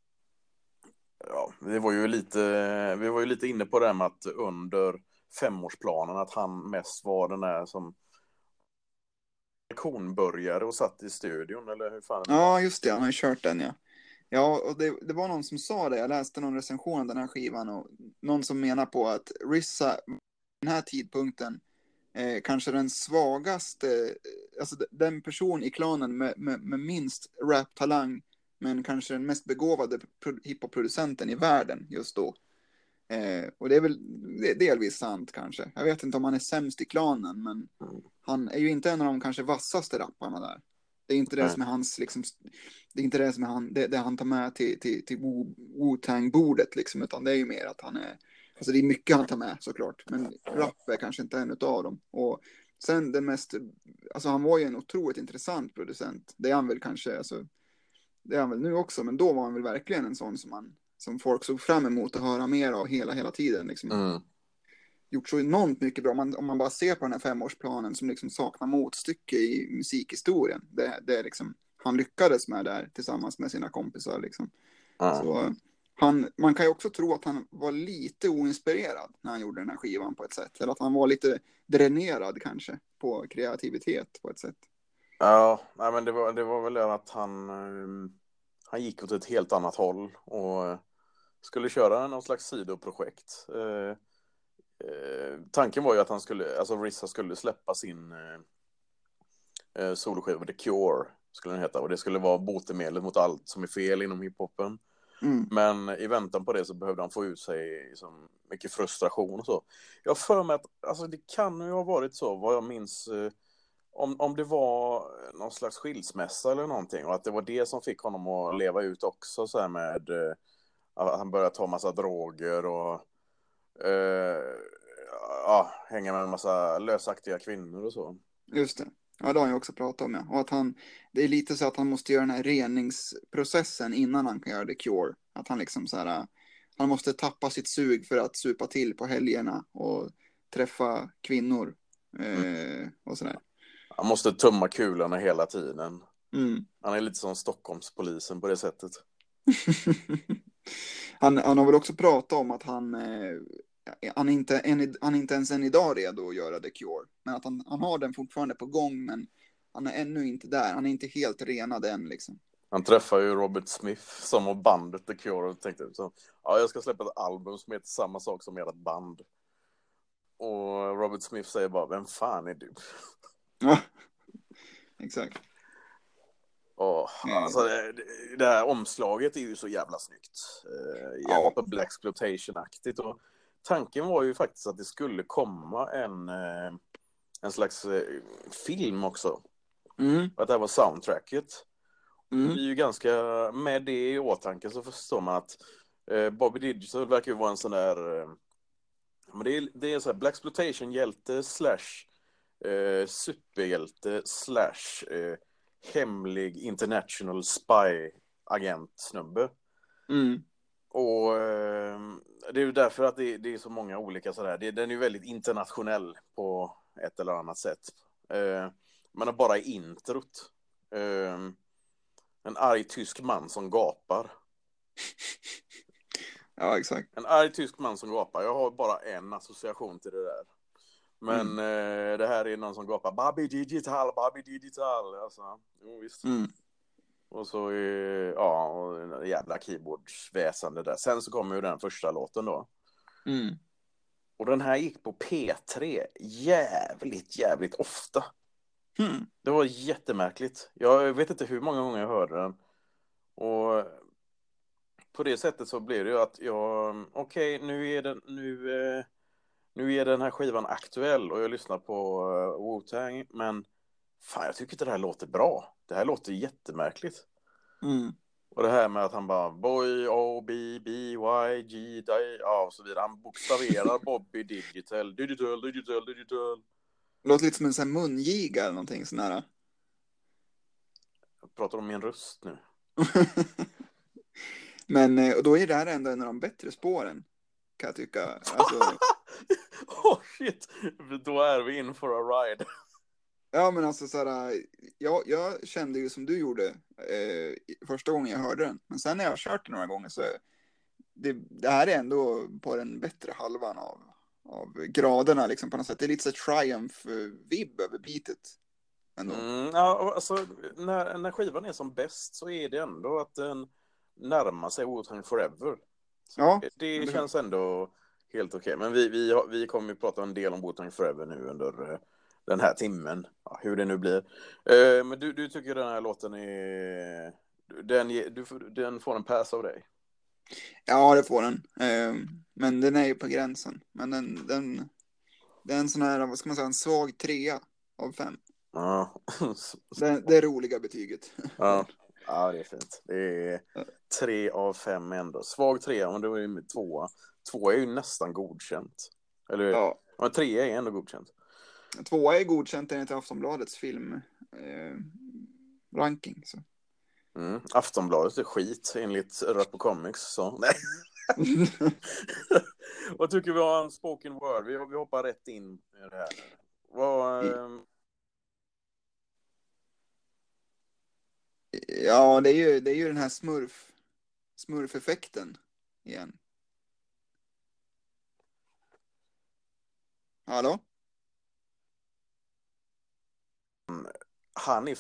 ja, vi var ju lite vi var ju lite inne på det här med att under femårsplanen att han mest var den där som konbörjare och satt i studion eller hur fan. Ja, just det, han har ju kört den, ja. Ja, och det, det var någon som sa det, jag läste någon recension av den här skivan och någon som menar på att Rissa, den här tidpunkten, eh, kanske den svagaste, alltså den person i klanen med, med, med minst rap-talang, men kanske den mest begåvade hiphop-producenten i världen just då. Eh, och det är väl det är delvis sant kanske. Jag vet inte om han är sämst i klanen, men Mm. han är ju inte en av de kanske vassaste rapparna där. Det är inte det Nej. som är hans liksom, det är inte det som är han, det, det han tar med till, till, till Wu-Tang-bordet liksom, utan det är ju mer att han är, alltså det är mycket han tar med såklart, men rap är kanske inte en av dem. Och sen den mest, alltså han var ju en otroligt intressant producent. Det är han väl kanske, alltså, det är han väl nu också, men då var han väl verkligen en sån som man, som folk såg fram emot att höra mer av hela, hela tiden liksom. Mm. Gjort så enormt mycket bra. Om man, om man bara ser på den här femårsplanen som liksom saknar motstycke i musikhistorien. Det, det är liksom, han lyckades med där tillsammans med sina kompisar. Liksom. Ja. Så, han, man kan ju också tro att han var lite oinspirerad när han gjorde den här skivan på ett sätt. Eller att han var lite dränerad kanske på kreativitet på ett sätt. Ja, nej, men det var, det var väl att han, um, han gick åt ett helt annat håll och skulle köra någon slags sidoprojekt. Uh, uh, tanken var ju att han skulle, alltså Rissa skulle släppa sin uh, soloskiva The Cure, skulle den heta, och det skulle vara botemedlet mot allt som är fel inom hiphopen. Mm. Men i väntan på det så behövde han få ut sig liksom mycket frustration och så. Jag för mig att alltså, det kan ju ha varit så, vad jag minns, uh, Om, om det var någon slags skilsmässa eller någonting och att det var det som fick honom att leva ut också så här med eh, att han började ta massa droger och eh, ja, hänga med en massa lösaktiga kvinnor och så. Just det. Ja, det har jag också pratat om. Ja. Och att han, det är lite så att han måste göra den här reningsprocessen innan han kan göra The Cure. Att han liksom så här, han måste tappa sitt sug för att supa till på helgerna och träffa kvinnor eh, Mm. och sådär. Han måste tumma kulorna hela tiden. Mm. Han är lite som Stockholmspolisen på det sättet. han, han har väl också pratat om att han, eh, han, är inte en, han är inte ens än idag redo att göra The Cure. Men att han, han har den fortfarande på gång, men han är ännu inte där. Han är inte helt renad än liksom. Han träffar ju Robert Smith som var bandet The Cure och tänkte så, ja, jag ska släppa ett album som heter samma sak som ert band. Och Robert Smith säger bara, vem fan är du? Ja, exakt. Och, alltså, det, det här omslaget är ju så jävla snyggt. Eh, Ja. jävla Blaxploitation-aktigt. Och tanken var ju faktiskt att det skulle komma en, eh, en slags eh, film också. Mm. Att det här var soundtracket. Mm. Det är ju ganska, med det i åtanke så förstår man att eh, Bobby Digital verkar ju vara en sån där, eh, men det är, det är så här Blaxploitation-hjälte slash eh, superhjälte slash eh, hemlig international spy-agent-snubbe. Mm. Och eh, det är ju därför att det, det är så många olika sådär. Det, den är ju väldigt internationell på ett eller annat sätt. Eh, men bara i introt. Eh, en arg tysk man som gapar. Ja, exakt. En arg tysk man som gapar. Jag har bara en association till det där. Men Mm. eh, det här är någon som gapar Bobby Digital, Bobby Digital. Alltså, jo, visst. Mm. Och så är, ja, och en jävla keyboardsväsande där. Sen så kommer ju den första låten då. Mm. Och den här gick på P tre jävligt, jävligt ofta. Mm. Det var jättemärkligt. Jag vet inte hur många gånger jag hörde den. Och på det sättet så blir det ju att jag, okej, okay, nu är den, nu, eh, nu är den här skivan aktuell och jag lyssnar på uh, Wu-Tang, men fan, jag tycker inte det här låter bra. Det här låter jättemärkligt. Mm. Och det här med att han bara Boy, O, B, B, Y, G, D, ja, och så vidare. Han bokstaverar Bobby Digital, Digital, Digital, Digital. Låter lite som en sån här mungiga eller någonting sån här. Jag pratar om min röst nu. Men eh, och då är det här ändå en av de bättre spåren, kan jag tycka. Alltså, oh shit, då är vi in for a ride. ja, men alltså så här, jag, jag kände ju som du gjorde eh, första gången jag hörde den. Men sen när jag har kört den några gånger så det, det här är ändå på den bättre halvan av, av graderna liksom på något sätt. Det är lite så triumph-vibb över beatet ändå. Mm, ja, alltså, när, när skivan är som bäst så är det ändå att den närmar sig Wu-Tang Forever. Så Ja, det det känns ändå helt okej. Men vi, vi, har- vi kommer ju prata en del om Wu-Tang Forever nu under eh, den här timmen. Ja, hur det nu blir. Eh, men du, du tycker den här låten är... Den, ge- du, får- den får en pass av dig. Ja, det får den. Eh, men den är ju på gränsen. Men den, den, det är en sån här, vad ska man säga, en svag trea av fem. Ja. Det, det är roliga betyget. Ja. Ja, det är fint. Det är tre av fem ändå. Svag tre, men då är det tvåa. Tvåa är ju nästan godkänt. Eller Ja. ja, trea är ändå godkänt. Tvåa är godkänt enligt Aftonbladets film eh, ranking. Så. Mm. Aftonbladet är skit enligt Rap och Comics. Så. Nej. Vad tycker vi om spoken word? Vi, vi hoppar rätt in i det här. Vad, ehm, Ja, det är ju, det är ju den här smurf, smurfeffekten igen. Hallå? han är...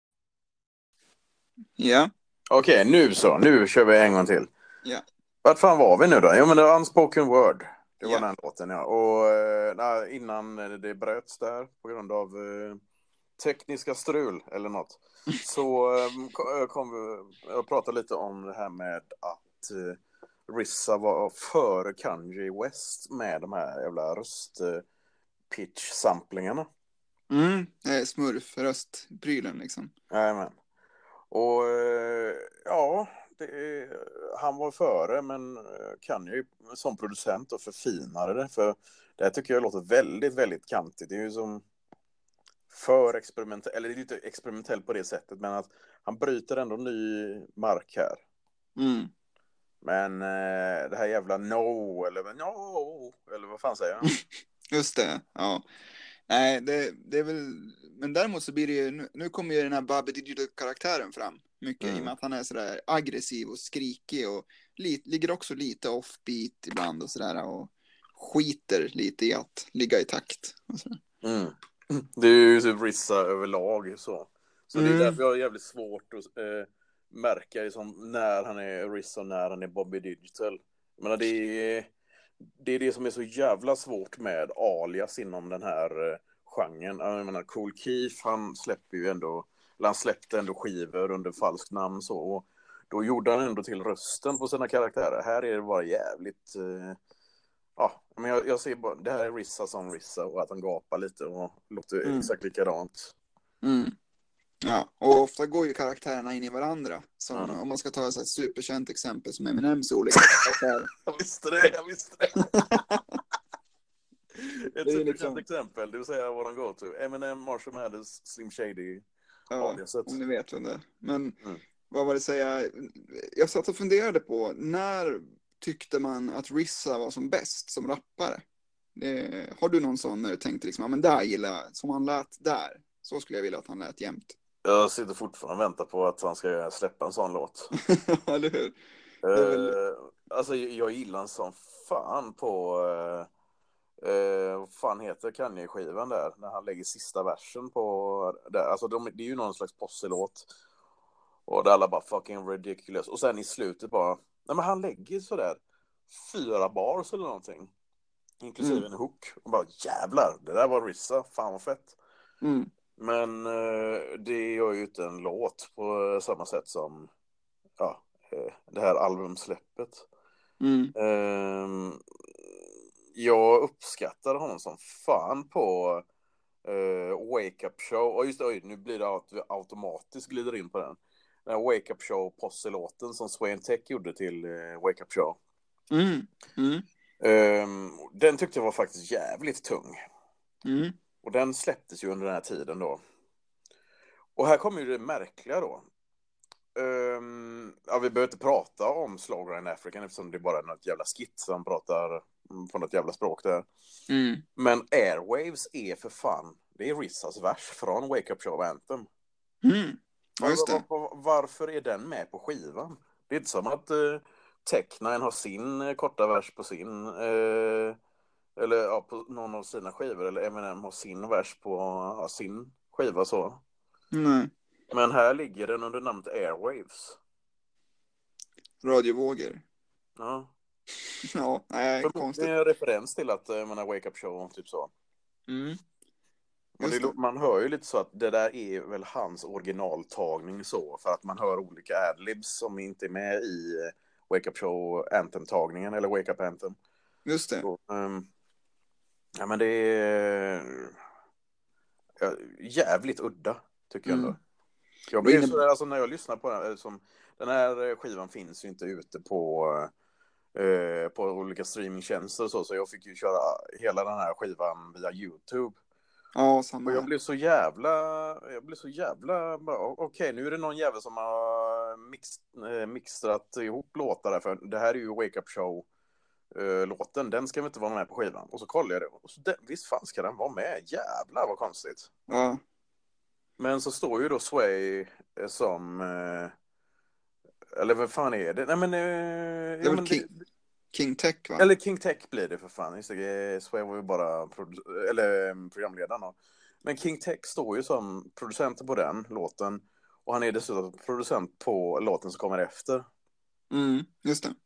Ja. Okej, nu så. Nu kör vi en gång till. Ja. Vart fan var vi nu då? Jo, men det var Unspoken Word. Det var Ja. den låten, ja. Och eh, nej, innan det bröts där på grund av eh, tekniska strul eller något. Så eh, kom- kom vi jag pratade lite om det här med att eh, Rissa var före Kanye West med de här jävla röst eh, pitch-samplingarna. Mm, eh, smurf-röstprylen liksom. Jajamän. Och eh, ja, det, är- han var före, men eh, kan ju som producent och förfinade det. För det här tycker jag låter väldigt, väldigt kantigt. Det är ju som för experimentellt, eller det är inte experimentellt på det sättet, men att han bryter ändå ny mark här. Mm. Men eh, det här jävla no, eller no, eller vad fan säger han? Just det, ja. Nej, det, det är väl... Men däremot så blir det ju... Nu, nu kommer ju den här Bobby Digital-karaktären fram. Mycket, Mm. i och med att han är sådär aggressiv och skrikig och li, ligger också lite offbeat ibland och sådär och skiter lite i att ligga i takt. Och sådär. Mm. Det är ju typ Rissa överlag så. Så det är Mm. därför jag har jävligt svårt att eh, märka liksom, när han är Rissa och när han är Bobby Digital. Jag menar, det är, det är det som är så jävla svårt med alias inom den här eh, genren. Jag menar, Kool Keith, han släpper ju ändå, eller han släppte ändå skivor under falskt namn så. Och då gjorde han ändå till rösten på sina karaktärer. Här är det bara jävligt... Eh, ja, men jag, jag ser bara, det här är Rissa som Rissa och att han gapar lite och låter Mm. exakt likadant. Mm. Ja, och ofta går ju karaktärerna in i varandra. Som, Ja. om man ska ta ett så här superkänt exempel som Eminems olika karaktärer. Jag visste det, jag visste det. Ett Det är superkänt liksom- exempel, det vill säga vad de går till. Eminem, Marshall Mathers, Slim Shady. Ja, aliaset. om ni vet vem det är. Men Mm. vad var det säga? Jag satt och funderade på när tyckte man att Rissa var som bäst som rappare? Det, har du någon sån när du tänkte liksom, ja men där gillar jag, som han lät där. Så skulle jag vilja att han lät jämt. Jag sitter fortfarande och väntar på att han ska släppa en sån låt. Eller hur? är väl- Uh, alltså jag gillar en sån fan på uh, uh, vad fan heter Kanye-skivan där när han lägger sista versen på där. Alltså de, det är ju någon slags posselåt och där alla bara fucking ridiculous och sen i slutet bara nej men han lägger sådär fyra bars eller någonting inklusive Mm. en hook och bara jävlar, det där var Rissa, fan vad fett. Mm. Men uh, det gör ju inte en låt på samma sätt som ja det här albumsläppet. Mm. Um, jag uppskattar honom som fan på uh, Wake Up Show. Och just oj, nu blir det att vi automatiskt glider in på den. Den här Wake Up Show posselåten som Swain Tech gjorde till uh, Wake Up Show. Mm. Mm. Um, den tyckte jag var faktiskt jävligt tung. Mm. Och den släpptes ju under den här tiden då. Och här kommer ju det märkliga då. Um, ja, vi behöver inte prata om Slow in African eftersom det är bara något jävla skit som pratar på något jävla språk där. Mm. Men Airwaves är för fan, det är Rissas vers från Wake Up Show Anthem. Mm. Ja, just det. Var, var, varför är den med på skivan? Det är inte som att uh, Tech Nine har sin uh, korta vers på sin uh, eller ja, på någon av sina skivor eller Eminem har sin vers på uh, sin skiva så. Nej. Men här ligger den under namnet Airwaves. Radiovågor. Ja. Ja, nej, Det konstigt. är en referens till att jag menar, Wake Up Show typ så. Mm. Men Just det, det. man hör ju lite så att det där är väl hans originaltagning så. För att man hör olika adlibs som inte är med i Wake Up Show Anthem-tagningen. Eller Wake Up Anthem. Just det. Så, um, ja men det är ja, jävligt udda tycker jag Mm. ändå. Jag Vad blev innebär- så, alltså när jag lyssnar på den, som, den här skivan finns ju inte ute på eh, på olika streamingtjänster och så, så jag fick ju köra hela den här skivan via YouTube. Ja, samma Och jag här. blev så jävla, jag blev så jävla, bara, okej okay, nu är det någon jävel som har mix, eh, mixtrat ihop låtar där, för det här är ju Wake Up Show eh, låten, den ska väl inte vara med på skivan. Och så kollade jag det, och så den, visst fan ska den vara med, jävlar vad konstigt. Ja. Men så står ju då Sway eh, som eh, eller vad fan är det? Nej men, eh, Det ja, är väl men King, King Tech, va? eller King Tech blir det för fan. Just det, Sway var ju bara produ- eller eh, programledaren då. Men King Tech står ju som producent på den låten. Och han är dessutom producent på låten som kommer efter. Mm, just det.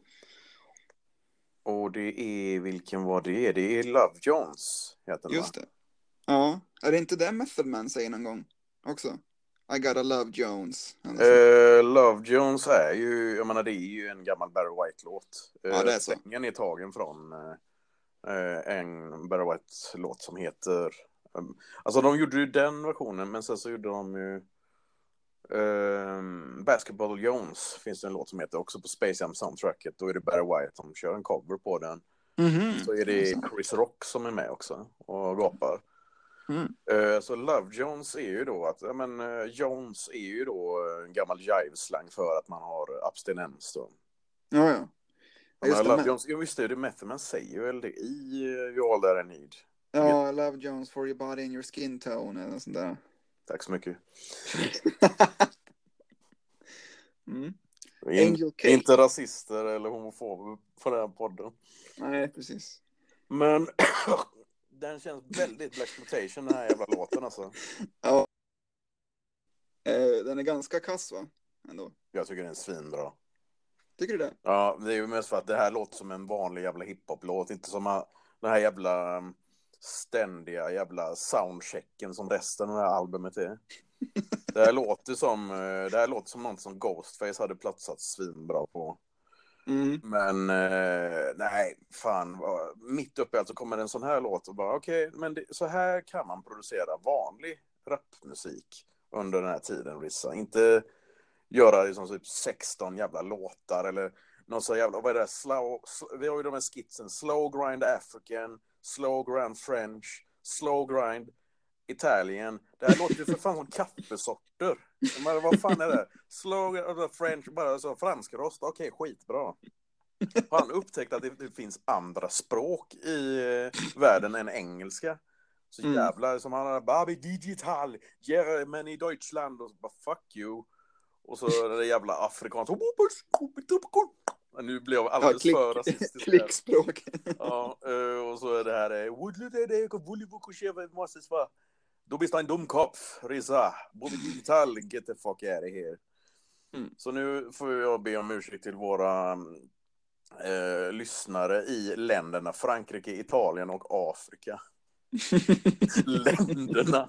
Och det är, vilken var det? Det är Love Jones heter den, Just det. Ja. Är det inte det Method Man säger någon gång också? I gotta love Jones. va? Eh, Love Jones är ju, jag menar det är ju en gammal Barry White-låt. Eh, Ja, det är så. Svängen är tagen från eh, en Barry White-låt som heter um, alltså de gjorde ju den versionen, men sen så gjorde de ju um, Basketball Jones finns det en låt som heter också på Space Jam soundtracket. Då är det Barry White som kör en cover på den. Mhm. Så är det Jaså. Chris Rock som är med också och gapar. Mm. Eh, så Love Jones är ju då att, ja men eh, Jones är ju då en gammal jive-slang för att man har abstinens då. Ja, ja. Ja, Just men det, Love men- Jones, jag visste det, Method Man säger väl det i uh, You All That I Need. Ja, Love Jones for your body and your skin tone eller något sånt där. Tack så mycket. Mm. Vi är Angel in, Cake. inte rasister eller homofober på den här podden. Nej, precis. Men Den känns väldigt Blaxploitation, den här jävla låten alltså. Ja. Eh, den är ganska kass, va? Ändå. Jag tycker den är svinbra. Tycker du det? Ja, det är ju mest för att det här låter som en vanlig jävla hiphop-låt. Inte som a- den här jävla um, ständiga jävla soundchecken som resten av det här albumet är. Det här låter som, eh, det här låter som något som Ghostface hade platsat svinbra på. Mm. Men eh, nej, fan. vad- Mitt uppe alltså kommer en sån här låt och bara okej, men det, så här kan man producera vanlig rapmusik under den här tiden, Rissa. Inte göra liksom typ sexton jävla låtar eller någon så jävla, vad är det, slow, sl- vi har ju de här skitsen, slow grind African, slow grind French, slow grind Italien. Det här låter ju för fan som kaffesorter. Men vad fan är det? Slow grind French, bara så fransk rost, okej, skitbra. Har han upptäckt att det, det finns andra språk i eh, världen än engelska? Så Mm. jävlar, som han har, Babi digital, German i Deutschland, och så bara fuck you. Och så det jävla afrikanskt. Nu blev jag alldeles Ja, klick, för rasistisk. klickspråk. Ja, eh, och så är det här. Då blir det en dumkopf, Risa. Bobby digital, get the fuck out of here. Mm. Så nu får jag be om ursäkt till våra eh, lyssnare i länderna Frankrike, Italien och Afrika. Länderna.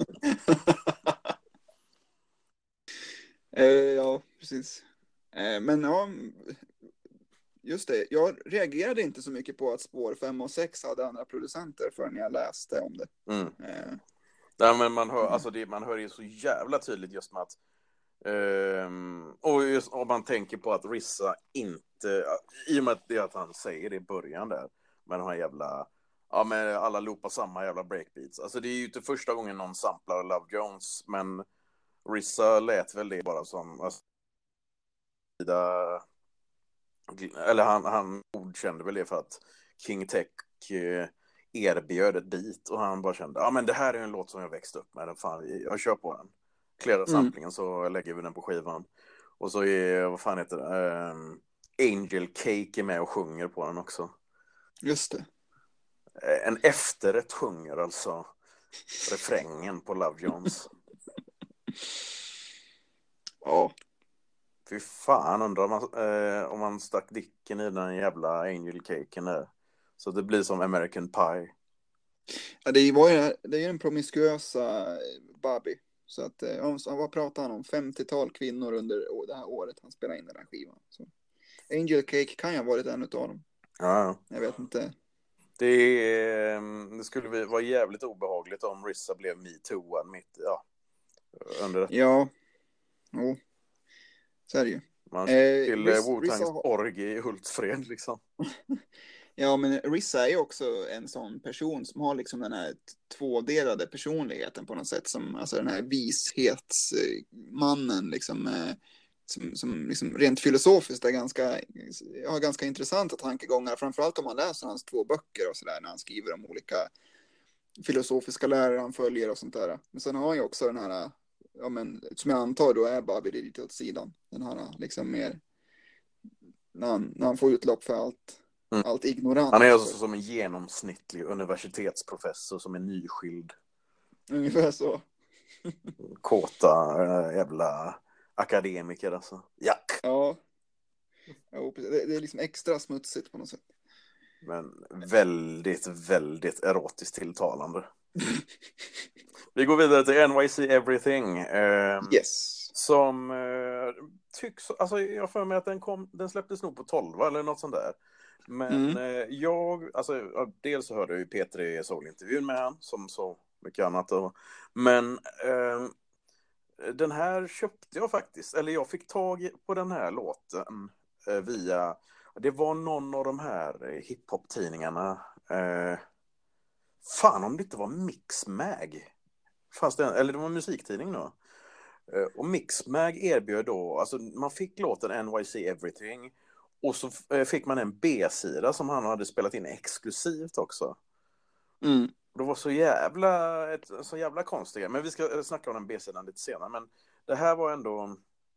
eh, ja, precis. Eh, men ja, just det. Jag reagerade inte så mycket på att spår fem och sex hade andra producenter förrän jag läste om det. Mm. Eh, Nej, men man hör, alltså det, man hör ju så jävla tydligt just med att Um, och just om man tänker på att Rissa inte, i och med att det att han säger det i början där med de här jävla, ja men alla loopar samma jävla breakbeats, alltså det är ju inte första gången någon samplar Love Jones, men Rissa lät väl det bara som alltså, eller han, han godkände väl det för att King Tech eh, erbjöd ett beat och han bara kände, ja men det här är en låt som jag växte upp med, fan, jag kör på den. Klära samplingen, så lägger vi den på skivan. Och så är, vad fan heter det, um, Angel Cake är med och sjunger på den också. just det. En efterrätt sjunger alltså refrängen på Love Jones. Ja. Fy fan, undrar om man, eh, om man stack dicken i den jävla Angel Caken där. Så det blir som American Pie. Ja, det var ju det är ju en promiskuösa Bobby. Så att, ja, vad pratar han om? femtiotal kvinnor under det här året han spelade in den här skivan. Så Angel Cake kan ju ha varit en av dem. Ja. Jag vet inte. Det, är, det skulle vara jävligt obehagligt om Rissa blev MeToo mitt, ja, under detta. Ja, jo. Så är det ju. Man Eh, till Riz, Wu-Tangs Rissa... orgie i Hultsfred liksom. Ja, men Rissa är ju också en sån person som har liksom den här tvådelade personligheten på något sätt. Som, alltså den här vishetsmannen liksom. Eh, som, som liksom rent filosofiskt är ganska, har ganska intressanta tankegångar. Framförallt om man läser hans två böcker och sådär när han skriver om olika filosofiska lärare han följer och sånt där. Men sen har han ju också den här, ja men, som jag antar då är Bobby Digital-sidan. Den här liksom mer, när han, när han får utlopp för allt, Mm. allt ignorant. Han är alltså som en genomsnittlig universitetsprofessor som är nyskild. Ungefär så. Kåta äh, jävla akademiker alltså. Jack. Ja. Ja, det, det är liksom extra smutsigt på något sätt. Men väldigt, väldigt erotiskt tilltalande. Vi går vidare till N Y C Everything. Eh, Yes. Som eh, tycks, alltså jag för mig att den kom, den släpptes nog på tolv eller något sånt där. Men Mm. eh, jag, alltså dels så hörde jag ju P tre Soul-intervjun med han, som så mycket annat. Och, men eh, den här köpte jag faktiskt, eller jag fick tag på den här låten eh, via, det var någon av de här hiphop-tidningarna. Eh, fan om det inte var Mixmag. Fast det, eller det var en musiktidning då. Och Mixmag erbjöd då, alltså man fick låten N Y C Everything och så fick man en B-sida som han hade spelat in exklusivt också. Mm. Det var så jävla, ett, så jävla konstiga, men vi ska snacka om den B-sidan lite senare, men det här var ändå,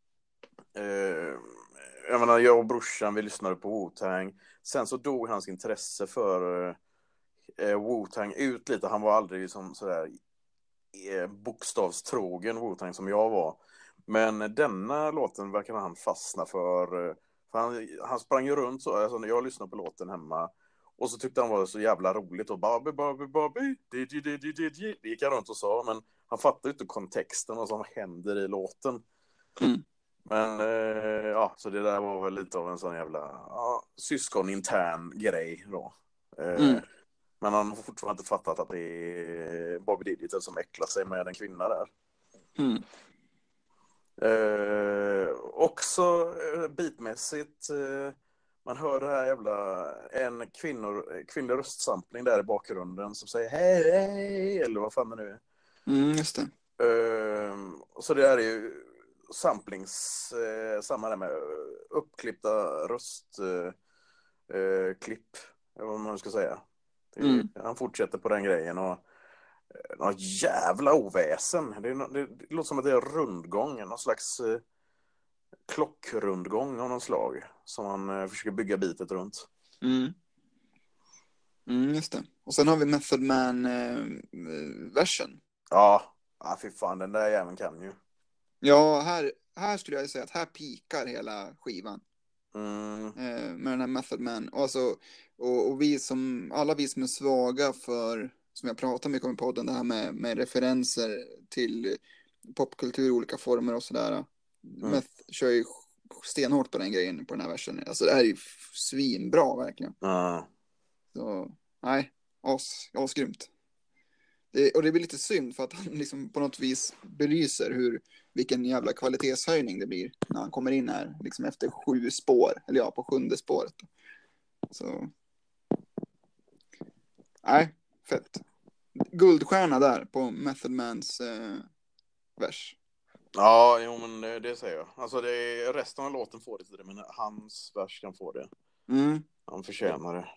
eh, jag menar, jag och brorsan, vi lyssnade på Wu-Tang, sen så dog hans intresse för eh, Wu-Tang ut lite. Han var aldrig som sådär eh, bokstavstrogen Wu-Tang som jag var. Men denna låten verkar han fastna för. eh, för han, han sprang ju runt så. Alltså, jag lyssnade på låten hemma. Och så tyckte han var så jävla roligt. Och Bobby, Bobby, Bobby. Det gick han runt och sa. Men han fattade inte kontexten och vad som händer i låten. Mm. Men eh, ja, så det där var väl lite av en sån jävla ja, syskonintern grej då. Eh, Mm. Men han har fortfarande inte fattat att det är Bobby Digital som äcklar sig med en kvinna där. Mm. Eh, också eh, beatmässigt eh, man hör det här jävla en kvinnor, kvinnlig röstsampling där i bakgrunden som säger hej, hej eller vad fan det nu är. Mm, just det. Eh, så det är ju samplings eh, samma där med uppklippta röstklipp eh, eh, klipp, eller vad man ska säga. Det, Mm. Han fortsätter på den grejen och eh, något jävla oväsen. Det, är, no- det, det låter som att det är rundgång, någon slags eh, klockrundgång av någon slag som man eh, försöker bygga bitet runt. Mm. Mm, just det. Och sen har vi Method Man-versen. Ja, ah, fy fan, den där jäveln kan ju. Ja, här, här skulle jag säga att här pikar hela skivan. Mm, Eh, med den här Method Man. Och, alltså, och, och vi som, alla vi som är svaga för, som jag pratar mycket om i podden, det här med, med referenser till popkultur i olika former och sådär. Mm. Meth kör ju stenhårt på den grejen på den här versen. Alltså det här är ju svinbra verkligen. ja. Så, nej, as, asgrymt. Det, och det blir lite synd för att han liksom på något vis belyser hur, vilken jävla kvalitetshöjning det blir när han kommer in här liksom efter sju spår, eller ja, på sjunde spåret. Så, nej, fett. Guldstjärna där på Method Mans eh, vers. Ja, jo, men det, det säger jag. Alltså det är, resten av låten får det inte det, men hans vers kan få det. Mm. Han förtjänar det.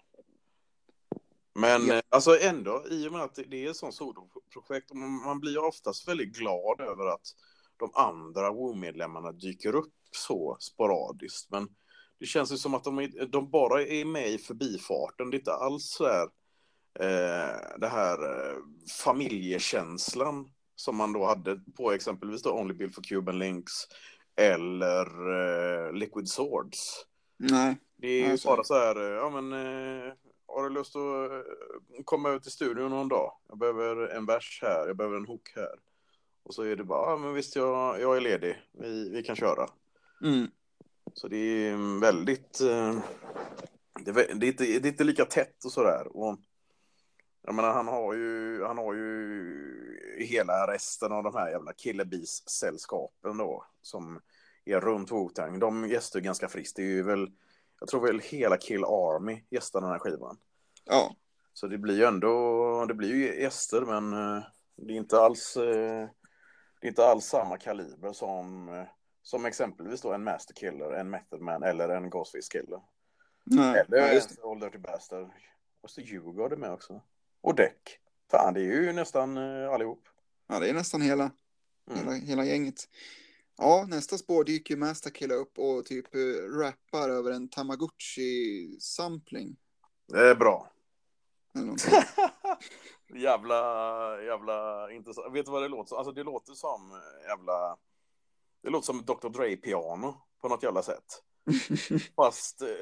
Men Ja. eh, alltså ändå, i och med att det, det är ett sånt soloprojekt, och man, man blir ju oftast väldigt glad över att de andra Wu-medlemmarna dyker upp så sporadiskt. Men det känns ju som att de, är- de bara är med i förbifarten. Det är inte alls så här, eh, det här eh, familjekänslan som man då hade på exempelvis då Only Built for Cuban Links eller eh, Liquid Swords. Nej. Det är ju Alltså. bara så här, ja men eh, har du lust att eh, komma ut till studion någon dag? Jag behöver en vers här, jag behöver en hook här. Och så är det bara, ja men visst jag, jag är ledig, vi, vi kan köra. Mm. Så det är väldigt, eh, det, är, det, är inte, det är inte lika tätt och sådär. Och jag menar, han har ju, han har ju hela resten av de här jävla Killebis-sällskapen då, som är runt Wu-Tang. De gästar ju ganska friskt. Det är ju väl, jag tror väl hela Kill Army gästar den här skivan. Ja. Så det blir ju ändå, det blir ju gäster, men eh, det är inte alls, eh, det är inte alls samma kaliber som, eh, som exempelvis då en Master Killer, en Method Man eller en Ghostface Killer. Nej. Eller Nej, just det. Old Dirty Bastard. Och så Hugo är med också. Och Deck. Fan, det är ju nästan uh, allihop. Ja, det är nästan hela, Mm. hela, hela gänget. Ja, nästa spår dyker Master Killer upp och typ uh, rappar över en Tamagotchi-sampling. Det är bra. Eller någonting. jävla, jävla intressant. Vet du vad det låter som? Alltså det låter som eh, jävla... Det låter som doktor Dre-piano på något jävla sätt. Fast eh,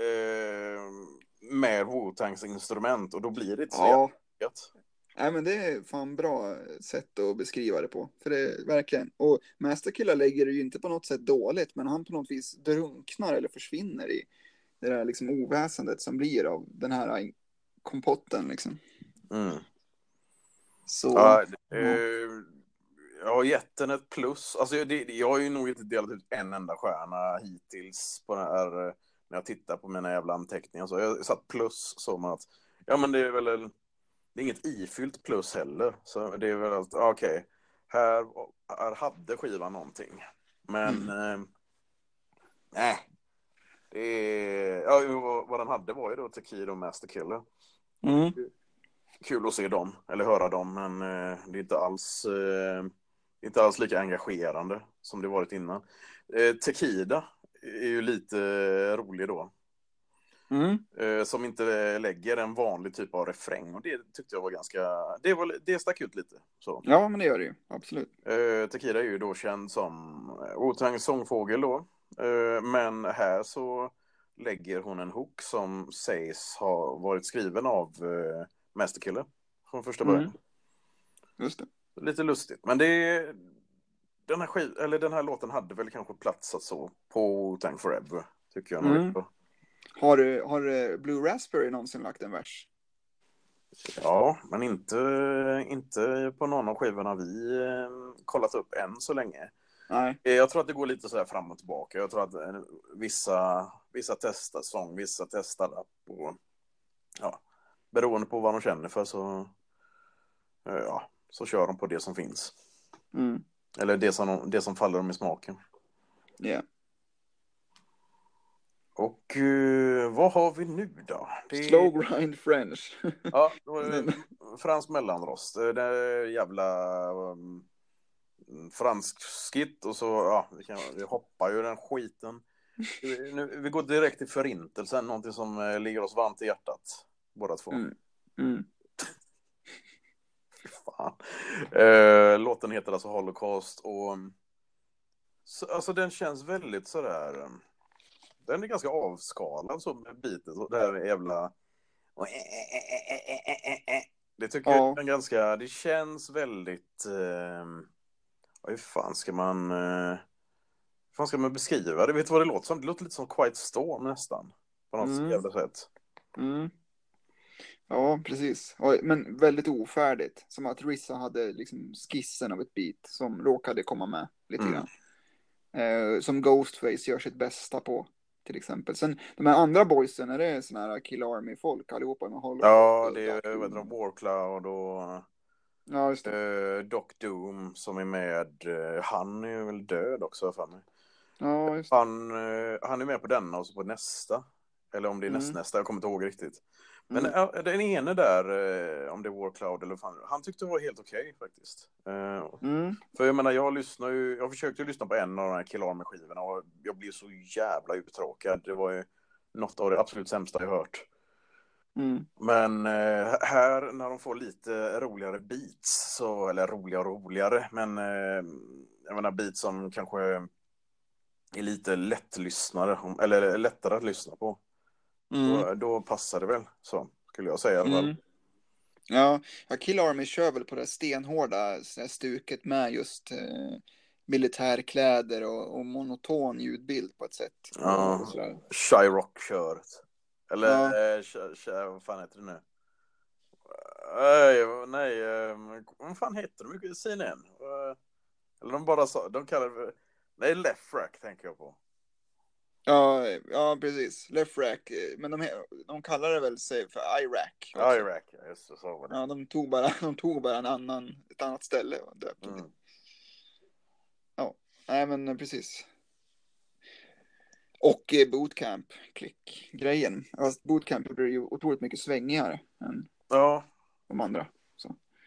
med Wu-Tangs instrument. Och då blir det inte så Ja. jävla gött. Nej, men det är fan bra sätt att beskriva det på. För det är verkligen. Och Master Killer lägger det ju inte på något sätt dåligt, men han på något vis drunknar eller försvinner i det där liksom oväsendet som blir av den här kompotten liksom. Mm. Så, Ja, ja. eh, jag har gett den ett plus. Alltså, det, jag har ju nog inte delat ut en enda stjärna hittills på den här, eh, när jag tittar på mina jävla anteckningar. Så jag har satt plus som att, ja men det är väl, en, det är inget ifyllt plus heller. Så det är väl att, okej, okay, här, här hade skivan någonting. Men, mm. eh, nej. Det är, ja, vad, vad den hade var ju då Tequila och Master Killer. Mm. Kul att se dem, eller höra dem, men eh, det är inte alls eh, inte alls lika engagerande som det varit innan. Eh, Tequila är ju lite rolig då. Mm. Eh, som inte lägger en vanlig typ av refräng. Och det tyckte jag var ganska... Det, var, det stack ut lite. Så. Ja, men det gör det ju. Absolut. Eh, Takida är ju då känd som Wu-Tangs sångfågel då. Eh, men här så lägger hon en hook som sägs ha varit skriven av eh, Master Killer från första början. Mm. Just det. Lite lustigt. Men det den här, skiv, eller den här låten hade väl kanske platsat så på Wu-Tang Forever, tycker jag. Mm. Nog. Har, har Blue Raspberry någonsin lagt en vers? Ja, men inte, inte på någon av skivorna vi eh, kollat upp än så länge. Nej. Jag tror att det går lite så här fram och tillbaka. Jag tror att eh, vissa, vissa testar sång, vissa testar rap. Och, ja, beroende på vad de känner för så, eh, ja, så kör de på det som finns. Mm. Eller det som, det som faller dem i smaken. Ja. Yeah. Och uh, vad har vi nu då? Det... Slow grind French. Ja, fransk mellanrost. Det är jävla um, fransk skit och så, ja, vi, kan, vi hoppar ju den skiten. Vi, nu, vi går direkt till Förintelsen, någonting som uh, ligger oss varmt i hjärtat, båda två. Mm. Mm. Fy fan. Uh, låten heter alltså Holocaust och så, alltså den känns väldigt sådär... Um, Den är ganska avskalad så med biten. Så där jävla... Det tycker Ja. jag är ganska... Det känns väldigt... Eh... Hur fan ska man... Eh... Hur fan ska man beskriva det? Vet du vad det låter som? Det låter lite som Quiet Storm nästan. På något Mm. jävla sätt. Mm. Ja, precis. Men väldigt ofärdigt. Som att Rissa hade liksom skissen av ett beat som råkade komma med lite Mm. grann. Eh, som Ghostface gör sitt bästa på. Till exempel. Sen de här andra boysen, är det såna här Kill Army-folk allihopa med Holocaust? Ja, det är vad heter det, Warcloud och ja, just det. eh, Doc Doom som är med. Eh, han är väl död också för mig. Ja, just det. Han, eh, han är med på denna och så på nästa. Eller om det är Mm. nästnästa, jag kommer inte ihåg riktigt. Men Mm. äh, den ene där, eh, om det är Warcloud eller fan, han tyckte det var helt okej okay, faktiskt. Eh, Mm. för jag menar, jag lyssnar ju, jag försökte ju lyssna på en av de här Kill Army-skivorna och jag blev så jävla uttråkad. Det var ju något av det absolut sämsta jag hört. Mm. Men eh, här när de får lite roligare beats, så, eller roliga och roligare, men eh, jag menar beats som kanske är lite lättlyssnare, eller lättare att lyssna på. Mm. Då, då passar det väl, så skulle jag säga i alla fall. Mm. Ja, ja, Kill Army kör väl på det stenhårda stuket med just eh, militärkläder och, och monoton ljudbild på ett sätt. Ja, och sådär. Shyrock-köret. Eller, Ja. eh, sh- sh- vad fan heter det nu? Nej, nej, eh, vad fan heter de? C N N? Eh, Eller de bara sa, de kallar det, nej, Left Rack tänker jag på. Ja, ja, precis. Left Rack. Men de, de kallar det väl sig för Iraq också. Iraq, just det, så var det. Ja, de tog bara, de tog bara en annan, ett annat ställe och döpte Mm. det. Ja, nej men precis. Och eh, bootcamp, klick-grejen. Alltså, bootcamp blir ju otroligt mycket svängigare än Ja, de andra. Så.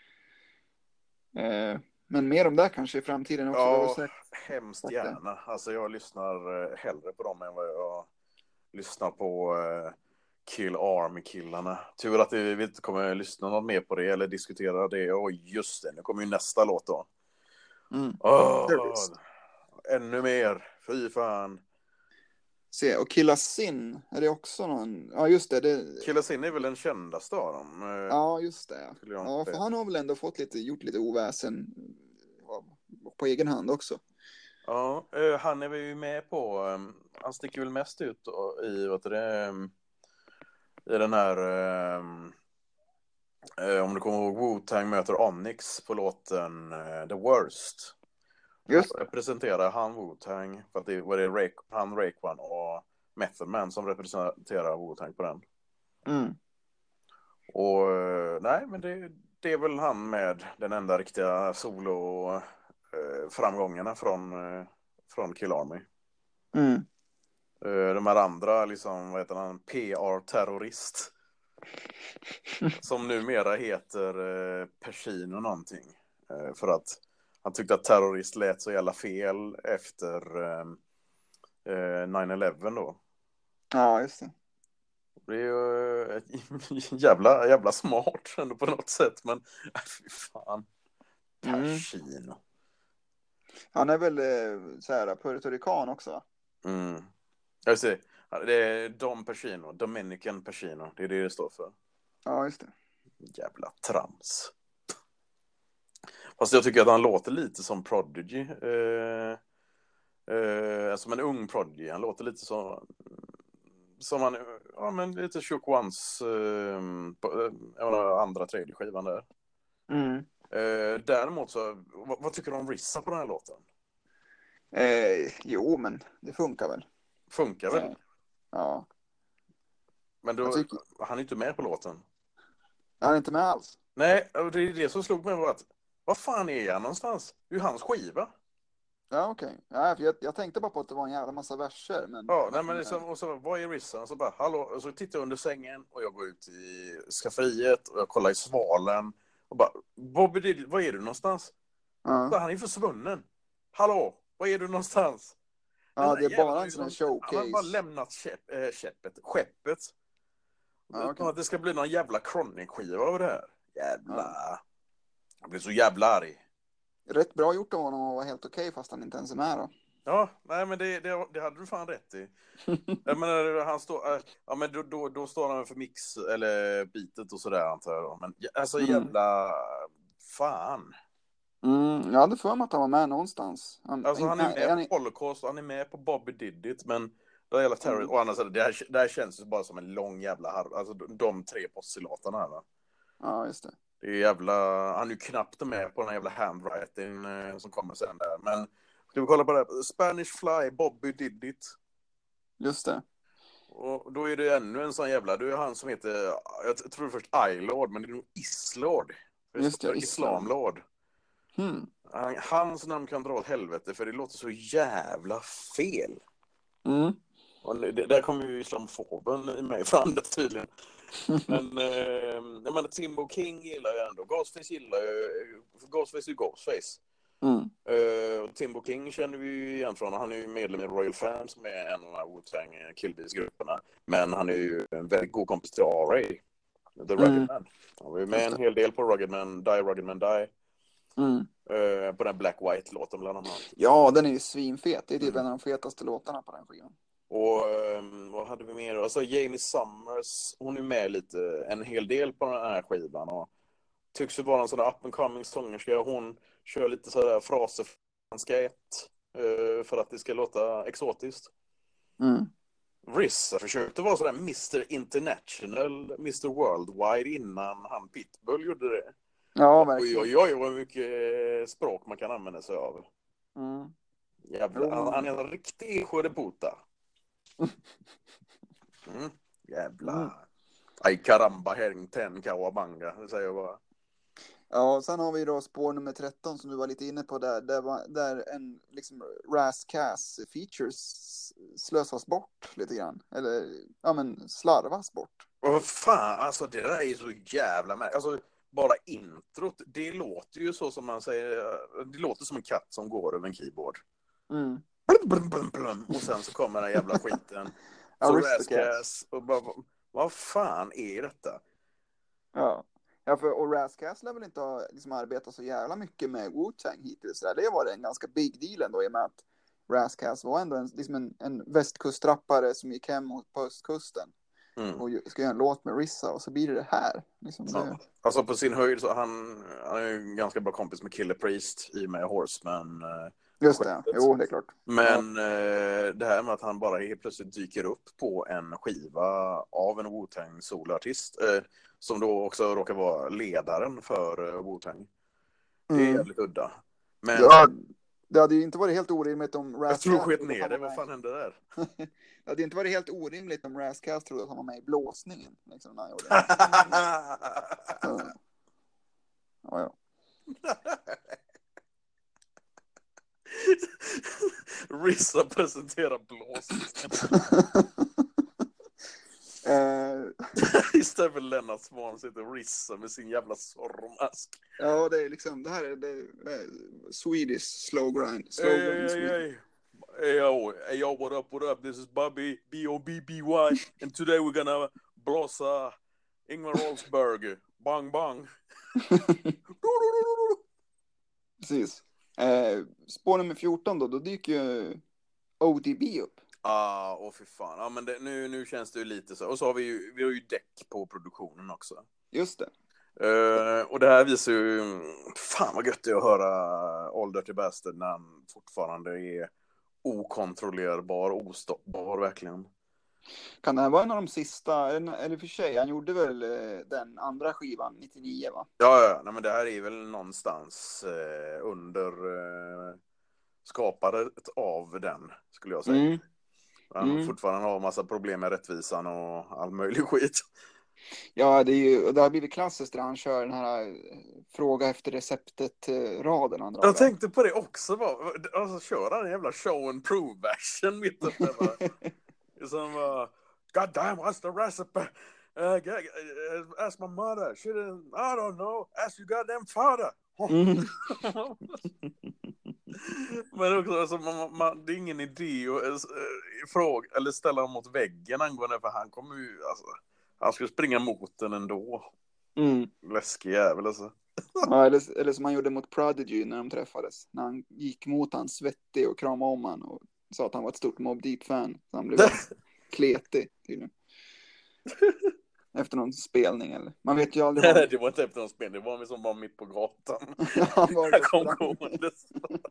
Eh, men mer om det kanske i framtiden också. ja, Det var säkert- hemskt sagt gärna. Alltså jag lyssnar eh, hellre på dem än vad jag lyssnar på eh, Kill Army-killarna. Tur att vi inte kommer lyssna något mer på det eller diskutera det. Och just det, nu kommer ju nästa låt då. Mm. Åh, Service. ännu mer, fy fan. Se, och Killa Sin, är det också någon? Ja, just det. det... Killa Sin är väl den kändaste av dem. eh, Ja, just det. skulle jag Ja, säga. för han har väl ändå fått lite, gjort lite oväsen ja, på egen hand också. Ja, eh, han är väl ju med på, eh, han sticker väl mest ut då i, vad heter det, eh, i den här, eh, eh, om du kommer ihåg, Wu-Tang möter Onyx på låten eh, The Worst. Just Då representerar han Wu-Tang, för att det var det Ray, han, Raekwon och Method Man som representerar Wu-Tang på den. Mm. Och eh, nej, men det, det är väl han med den enda riktiga solo eh, framgångarna från, eh, från Kill Army. Mm. Eh, de här andra, liksom, vad heter han, P R-terrorist. Som numera heter eh, Persino någonting. Eh, för att han tyckte att terrorist lät så jävla fel efter eh, eh, nine eleven då. Ja, just det. Det är ju ett jävla, jävla smart ändå på något sätt, men äh, fy fan. Pacino. Mm. Han är väl eh, så här puertorican också. Mm. Jag ser, det är Dom Pacino, Dominican Pacino, det är det det står för. Ja, just det. Jävla trams. Fast jag tycker att han låter lite som Prodigy. Eh, eh, som en ung Prodigy. Han låter lite som som han, ja men lite Shook Ones eh, på, eh, andra, tredje skivan där. Mm. Eh, däremot så, vad, vad tycker du om Rissa på den här låten? Eh, jo, men det funkar väl. Funkar väl? Eh, ja. Men Jag då, tycker... han är inte med på låten. Han är inte med alls. Nej, och det är det som slog mig var att, vad fan är han någonstans? Det är ju hans skiva. Ja, okej. Okay. Ja, för jag, jag tänkte bara på att det var en jävla massa verser. Men... Ja, nej, men liksom, och så, vad är Rissa? Och så bara, hallå, och så tittar jag under sängen och jag går ut i skafferiet och jag kollar i svalen och bara, Bobby Diddley, vad är du någonstans? Ja, Så han är försvunnen. Hallå, vad är du någonstans? ja Den det är där bara jäveln en sån här liksom- Han har bara showcase. lämnat käpp, äh, käppet, skeppet. Ja, okej. Att det ska bli någon jävla Chronic-skiva av det här. Jävla. Jag blir så jävla arg. Rätt bra gjort av honom och var helt okej fast han inte ens är med då. Ja, nej men det, det, det hade du fan rätt i. Jag menar, han står, äh, ja men då, då, då står han för mix eller bitet och sådär antar jag. Men alltså Mm. jävla fan. Mm, jag hade för mig att han var med någonstans. Han, Alltså han är med han, på Holocaust och han är med på Bobby Did It, men det jävla terror. Mm. Och annars, det här, det här känns ju bara som en lång jävla harv. Alltså de, de tre postsilaterna här va. Ja, just det. Det är jävla, han är ju knappt med på den jävla handwriting eh, som kommer sen där. Men ska vi kolla på det? Spanish Fly, Bobby Did It. Just det. Och då är det ännu en sån jävla, det är han som heter, jag tror först I-Lord, men det är nog Islord. Just det, Islamlord. Hmm. Han, hans namn kan dra åt helvete för det låter så jävla fel. Mm. Och det, där kommer ju islamofoben i mig fram det tydligen. Men eh, jag menar, Timbo King gillar ju ändå. Ghostface gillar ju, Ghostface är ju Ghostface. Mm. Uh, och Timbo King känner vi ju igen från. Han är ju medlem i Royal Fam som är en av de här Wu-Tang Killbees-grupperna. Men han är ju en väldigt god kompis till R A, The Rugged Mm. Man. Han var ju med en hel del på Rugged Man Die, Rugged Man Die. Mm. Uh, på den Black White-låten bland annat. Ja, den är ju svinfet. Det är typ Mm. en av de fetaste låtarna på den skivan. Och um, vad hade vi mer? Alltså Jamie Summers, hon är med lite, en hel del på den här skivan. Och tycks ju vara en sån där up and coming sångerska. Hon kör lite sådär fraser franska ett uh, för att det ska låta exotiskt. Mm. Rissa försökte vara sådär mister International, mister Worldwide innan han Pitbull gjorde det. Ja, Oj, verkligen. oj, oj, vad mycket språk man kan använda sig av. Mm. Jävlar, han, han är en riktig skördeputa. Mm, jävlar. Mm. Ay caramba, häng ten kawabanga, det säger jag bara. Ja, sen har vi då spår nummer tretton som du var lite inne på där. Där, var, där en liksom Ras-Kass features slösas bort lite grann. Eller, ja men slarvas bort. Och vad fan, alltså det där är så jävla märkligt. Alltså bara introt, det låter ju så som man säger, det låter som en katt som går över en keyboard. Mm. Blum, blum, blum, och sen så kommer den jävla skiten. Ja, Så Aristocats. Ras-Kass och bara, vad, vad fan är detta? Ja. Ja, för och Ras-Kass lär väl inte ha liksom arbetat så jävla mycket med Wu-Tang hittills. Där. Det var en ganska big deal ändå i och med att Ras-Kass var ändå en, liksom en, en västkustrappare som gick hem på östkusten. Mm. Och ska göra en låt med Rissa och så blir det det här. Liksom Ja. det... Alltså på sin höjd så han, han är ju en ganska bra kompis med Killer Priest i med Horseman. eh, Just det, jo det är klart. Men eh, det här med att han bara helt plötsligt dyker upp på en skiva av en Wu-Tang soloartist eh, som då också råkar vara ledaren för eh, Wu-Tang. Det är Mm. jävligt udda. Men Ja, det hade ju inte varit helt orimligt om jag tror Ras-Kass skit trodde ner att det, han var vad med. fan hände där? Det hade inte varit helt orimligt om Ras-Kass trodde att han var med i blåsningen. Liksom, när han gjorde det. Så. Ja, ja. Rissa presenterar blåsningen. Eh, Istället för Lennart Swan sitter Rissa med sin jävla sorromask. ja, det är liksom, det här är, det är Swedish slow grind. Slow Hey, grind hey, Swedish. hey. Hey, yo, hey, yo, what up, what up? This is Bobby, B O B B Y, and today we're gonna Blossa, Ingvar Oldsberg, bang bang. Precis. Eh, spår nummer fjorton då, då dyker ju O D B upp. Ah, åh fy fan. Ja, men det, nu, nu känns det ju lite så. Och så har vi ju, vi har ju däck på produktionen också. Just det. Uh, och det här visar ju, fan vad gött det är att höra Old Dirty Bastard när han fortfarande är okontrollerbar, ostoppbar verkligen. Kan det här vara en av de sista, eller för sig, han gjorde väl den andra skivan nittionio va? Ja, ja, nej, men det här är väl någonstans eh, under eh, skapandet av den, skulle jag säga. Mm. Han Mm. fortfarande har massa problem med rättvisan och all möjlig skit. Ja, det, är ju, det har blivit klassiskt när han kör den här fråga efter receptet-raden han drar. Jag tänkte på det också. Bara, alltså, kör han en jävla show and prove-version mitt uppe. Som var, God damn, what's the recipe? Uh, get, uh, ask my mother. She didn't, I don't know. Ask your goddamn father. Mm. Men också, alltså, man, man, det är ingen idé att uh, fråga eller ställa honom mot väggen angående, för han kommer ju, alltså, han skulle springa mot den ändå. Mm. Läskig jävel alltså. Ja, eller, eller som han gjorde mot Prodigy när de träffades. När han gick mot han svettig och kramade om han och sa att han var ett stort Mobb Deep-fan. Så han blev kletig tydligen. Efter någon spelning eller? Man vet ju aldrig. Nej, det var inte efter någon spelning. Det var som bara mitt på gatan. Ja, han var jag kom gåendes.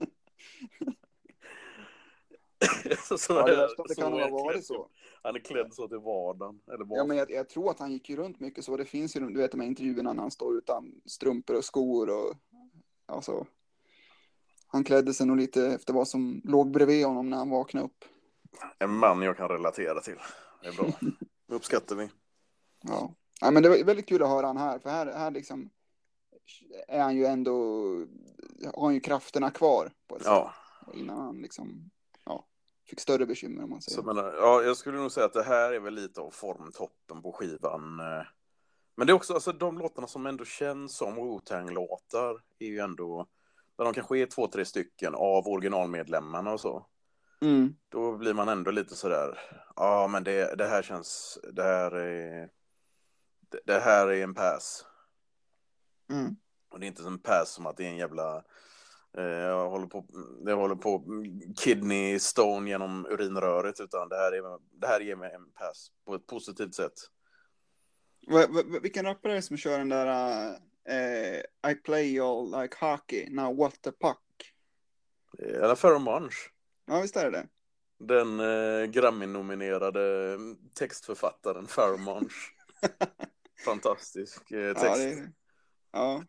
så ja, det värsta det så kan ha varit så. Han är klädd så till vardagen. Eller ja, men jag, jag tror att han gick ju runt mycket så. Det finns ju, du vet, de här intervjuerna när han står utan strumpor och skor och alltså. Han klädde sig nog lite efter vad som låg bredvid honom när han vaknade upp. En man jag kan relatera till. Det är bra. Det uppskattar vi. Ja. Ja, men det var väldigt kul att höra han här. För här, här liksom är han ju ändå, har han ju krafterna kvar på ett ja. sätt. Innan han liksom, ja, fick större bekymmer om man säger. Så, men, ja, jag skulle nog säga att det här är väl lite av formtoppen på skivan. Men det är också, alltså de låtarna som ändå känns som Wu-Tang-låtar är ju ändå, där de kanske är två, tre stycken av originalmedlemmarna och så. Mm. Då blir man ändå lite sådär, ja men det, det här känns, det här är, det, det här är en pass. Mm. Och det är inte en pass som att det är en jävla, eh, jag håller på, jag håller på kidney stone genom urinröret, utan det här är, det här ger mig en pass på ett positivt sätt. V- v- vilken rappare är det som kör den där uh, I play all like hockey, now what the puck? Eller Pharoah Monch. Ja, visst är det. Den eh, Grammy-nominerade textförfattaren Pharoah Monch. Fantastisk eh, text. Ja, det, ja.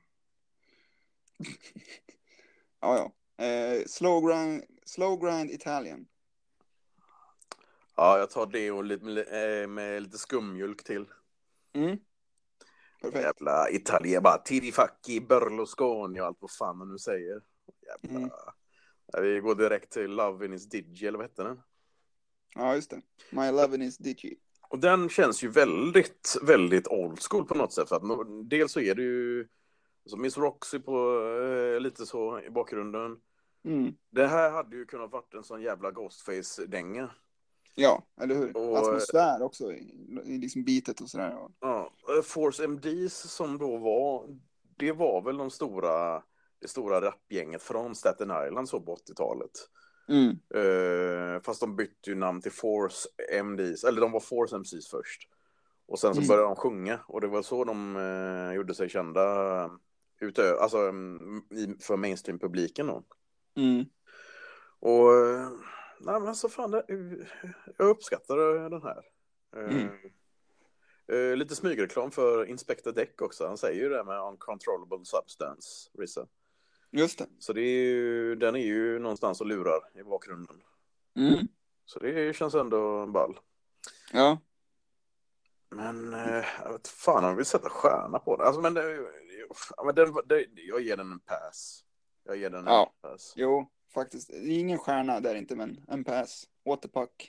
ja, ja. Eh, slow grind, slow grind Italian. Ja, jag tar det och lite, med, med lite skummjölk till. Mm. Perfekt. Jävla Italien, bara Tirifacchi, Berlusconi och allt vad fan man nu säger. Jävla. Mm. Ja, vi går direkt till Love in his Digi, eller vad hette den? Ja, just det. My Love in his Digi. Och den känns ju väldigt, väldigt old school på något sätt. För att dels så är det ju så Miss Roxy på eh, lite så i bakgrunden. Mm. Det här hade ju kunnat varit en sån jävla Ghostface-dänga. Ja, eller hur? Och, atmosfär också i, i liksom bitet och sådär. Ja, Force M Ds som då var, det var väl de stora, det stora rapgänget från Staten Island så på åttiotalet. Mm. Uh, fast de bytte ju namn till Force M Ds, eller de var Force M Cs först. Och sen så Mm. började de sjunga, och det var så de uh, gjorde sig kända utö- alltså, um, i, för mainstream-publiken då. Mm. Och uh, nej men alltså fan, det, jag uppskattar den här. Uh, Mm. uh, lite smygreklam för Inspector Deck också. Han säger ju det med uncontrollable substance, R Z A. Just det. Så det är ju, den är ju någonstans och lurar i bakgrunden. Mm. Så det känns ändå ball. Ja. Men eh, jag vet fan om vi vill sätta stjärna på det. Alltså, men, det, men den, det, jag ger den en pass. Jag ger den en Ja. pass. Jo, faktiskt. Det är ingen stjärna där inte, men en pass. Återpack.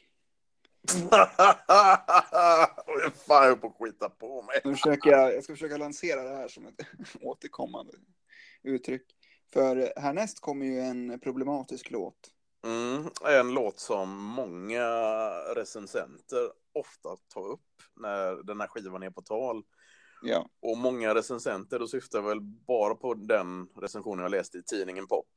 Fan, jag är på att skita på mig. Nu försöker jag, jag ska försöka lansera det här som ett återkommande uttryck. För härnäst kommer ju en problematisk låt. Mm, en låt som många recensenter ofta tar upp när den här skivan är på tal. Ja. Och många recensenter, då syftar väl bara på den recensionen jag läste i tidningen Pop.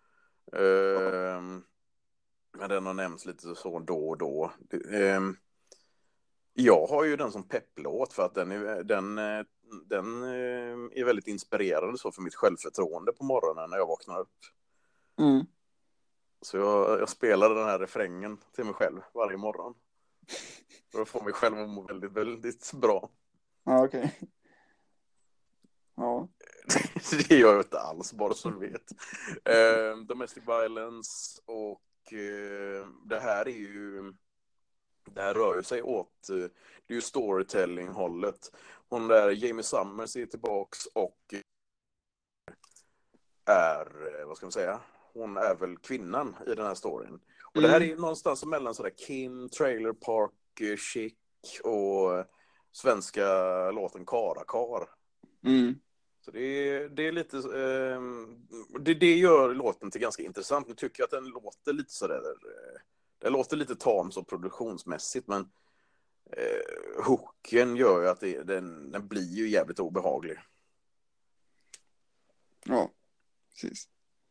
Ehm, men den har nämnts lite så då och då. Ehm, jag har ju den som pepplåt för att den är, den, eh, den eh, är väldigt inspirerande så för mitt självförtroende på morgonen när jag vaknar upp. Mm. Så jag, jag spelar den här refrängen till mig själv varje morgon. För att få mig själv att må väldigt, väldigt bra. Ja, okej. Okay. Ja. Det gör jag inte alls, bara så du vet. Eh, domestic violence och eh, det här är ju... Det här rör ju sig åt... Eh, det är ju storytelling-hållet. Hon där, Jamie Summers, är tillbaks och är, eh, vad ska man säga? Hon är väl kvinnan i den här storyn. Och Mm. det här är någonstans mellan sådär Kim, Trailer Park Chic och svenska låten Karakar. Mm. Så det är, det är lite eh, det, det gör låten till ganska intressant. Nu tycker jag att den låter lite sådär eh, den låter lite tam så produktionsmässigt, men eh, hooken gör ju att det, den, den blir ju jävligt obehaglig. Ja, precis.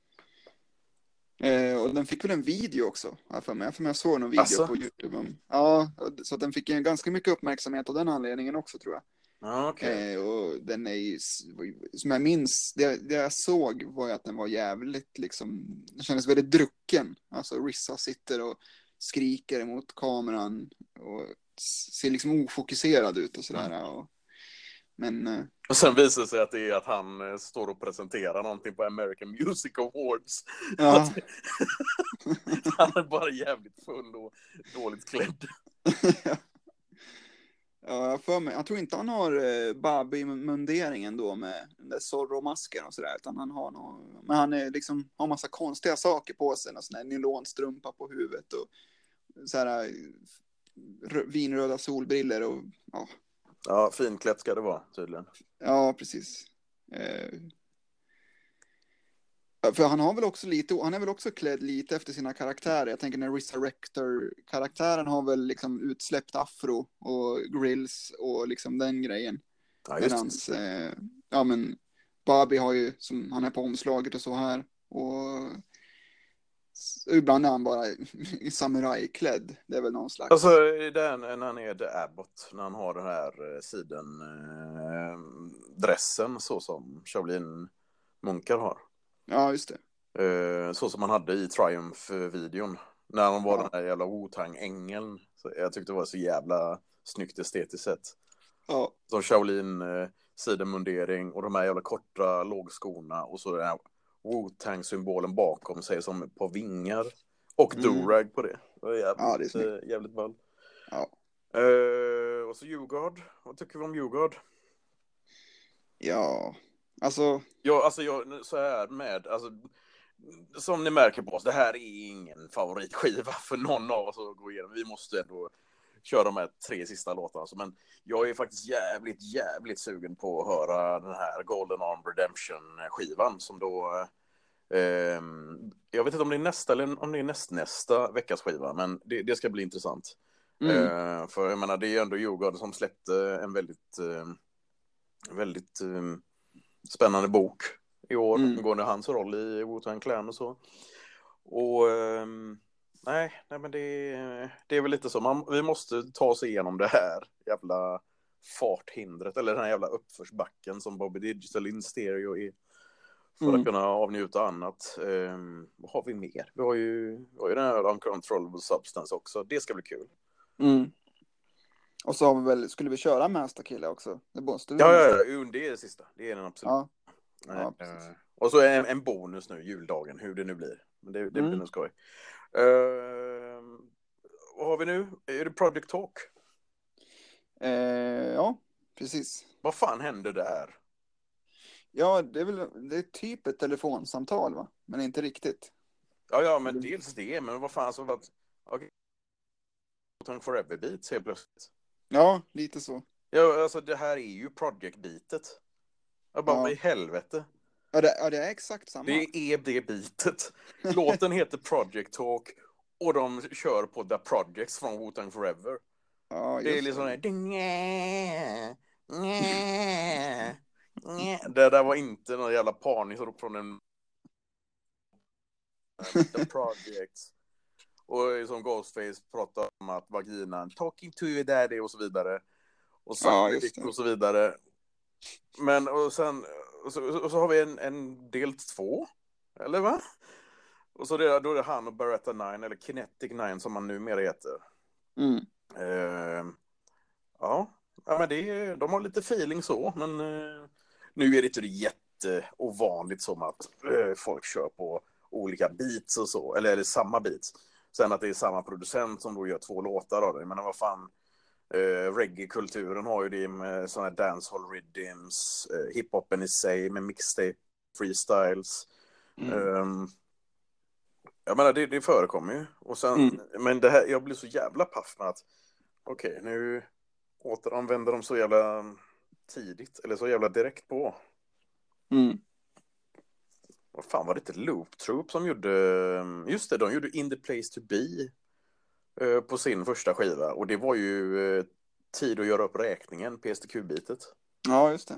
Eh, och den fick väl en video också, för mig. För mig jag såg någon video Asså? på YouTube. Om, ja, så att den fick en ganska mycket uppmärksamhet av den anledningen också, tror jag. Ja, okay. Eh, och den är ju, som jag minns, det, det jag såg var ju att den var jävligt liksom, den kändes väldigt drucken. Alltså Rissa sitter och skriker mot kameran och ser liksom ofokuserad ut och sådär. Mm. Och, men... Eh, och sen visar det sig att det är att han står och presenterar någonting på American Music Awards. Ja. Han är bara jävligt full och dåligt klädd. Ja, jag, för mig, jag tror inte han har eh, Barbie-munderingen då med den där Zorro-masken och sådär, utan han har någon, men han är liksom, har massa konstiga saker på sig, en sån här nylonstrumpa på huvudet och så här vinröda solbriller och ja. Ja, finklätt ska det vara tydligen. Ja, precis. Eh, för han har väl också lite, han är väl också klädd lite efter sina karaktärer. Jag tänker när Resurrector-karaktären har väl liksom utsläppt afro och grills och liksom den grejen. Ja, Medans, eh, ja men Barbie har ju, som han är på omslaget och så här. Och ibland är han bara i samurajklädd. Det är väl någon slags... Alltså den, när han är The Abbott, när han har den här siden eh, dressen så som Shaolin munkar har. Ja, just det. Eh, så som han hade i Triumph-videon. När han var ja. den här jävla Wu-Tang-ängeln. Så jag tyckte det var så jävla snyggt estetiskt sett. Ja. Som Shaolin eh, sidenmundering och de här jävla korta lågskorna och så den här Wu-Tang-symbolen bakom sig som på vingar. Och mm. do-rag på det. Det var jävligt, ja, det är äh, jävligt ball. Ja. Uh, och så Djurgård. Vad tycker vi om Djurgård? Ja, alltså... Ja, alltså jag, så här med... Alltså, som ni märker på oss, det här är ingen favoritskiva för någon av oss att gå igenom. Vi måste ändå köra de här tre sista låtarna. Alltså, men jag är faktiskt jävligt, jävligt sugen på att höra den här Golden Arm Redemption-skivan som då... Eh, jag vet inte om det är nästa eller om det är näst, nästa veckas skiva, men det, det ska bli intressant. Mm. Eh, för jag menar, det är ju ändå Djurgården som släppte en väldigt, eh, väldigt eh, spännande bok i år, mm. angående hans roll i Wu-Tang Clan och så. Och eh, nej, nej, men det, det är väl lite så. Man, vi måste ta oss igenom det här jävla farthindret, eller den här jävla uppförsbacken som Bobby Digital in stereo är. För mm. att kunna avnjuta annat. Um, vad har vi mer? Vi har ju, vi har ju den här Uncontrollable Substance också. Det ska bli kul. Mm. Och så har vi väl, skulle vi köra Mästarkille också? Det måste vi ja, ja, ja, det är det sista. Det är den absolut. Ja. Ja, uh, och så en, en bonus nu, juldagen, hur det nu blir. Men det, det blir mm. nog skoj. Uh, vad har vi nu? Är det Project Talk? Uh, ja, precis. Vad fan händer där? Ja, det är väl det är typ ett telefonsamtal, va? Men inte riktigt. Ja, ja, men dels det, men vad fan så vad okej. Okay. Forever Beats helt plötsligt. Ja, lite så. Ja, alltså det här är ju Project Beatet. Jag bara, ja. vad i helvete? Ja, det, ja, det är exakt samma. Det är det bitet. Låten heter Project Talk och de kör på The Projects från Wu-Tang Forever. Ja, Det är just liksom det. det. Nä, nä, nä. Det där var inte någon jävla panisrop från en The Projects. Och som Ghostface pratar om att vaginan talking to you daddy och så vidare. Och Ja, Suck just Dick det. och så vidare. Men och sen och så, och så har vi en, en del två. Eller va? Och så det, då är det han och Beretta Nine, eller Kinetic Nine som man numera heter. Mm. Uh, ja. ja, men det är, de har lite feeling så, men uh, nu är det inte jätteovanligt som att uh, folk kör på olika beats och så, eller, eller samma beats. Sen att det är samma producent som då gör två låtar av det. Men vad fan, uh, reggae-kulturen har ju det med sådana här dancehall rhythms, uh, hiphopen i sig med mixtape, freestyles. Mm. Um, Jag menar, det, det förekommer ju. Och sen, Mm. men det här, jag blir så jävla paff med att okej, okay, nu återanvänder de så jävla tidigt, eller så jävla direkt på. Mm. Vad fan var det inte Loop Troop som gjorde, just det, de gjorde In the Place to Be eh, på sin första skiva. Och det var ju eh, tid att göra upp räkningen, P S T Q-bitet. Ja, just det.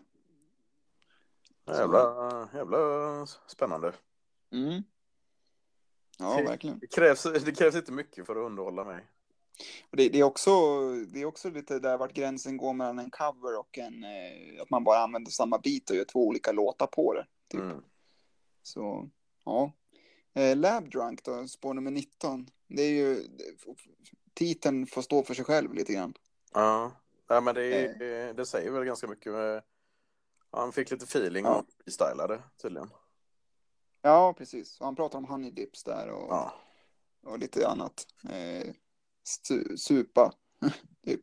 Jävla, jävla spännande. Mm. Ja, det, verkligen. Det krävs, det krävs inte mycket för att underhålla mig. Och det, det, är också, det är också lite där vart gränsen går mellan en cover och en, eh, att man bara använder samma bit och gör två olika låtar på det. Typ. Mm. Så, ja. Eh, Lab Drunk då, spår nummer nitton. Det är ju, titeln får stå för sig själv lite grann. Ja, ja men det, Eh. det säger väl ganska mycket. Med, han fick lite feeling Ja. och stylade tydligen. Ja, precis. Han pratar om honey dips där och, Ja. och lite annat. Eh, su, supa, typ.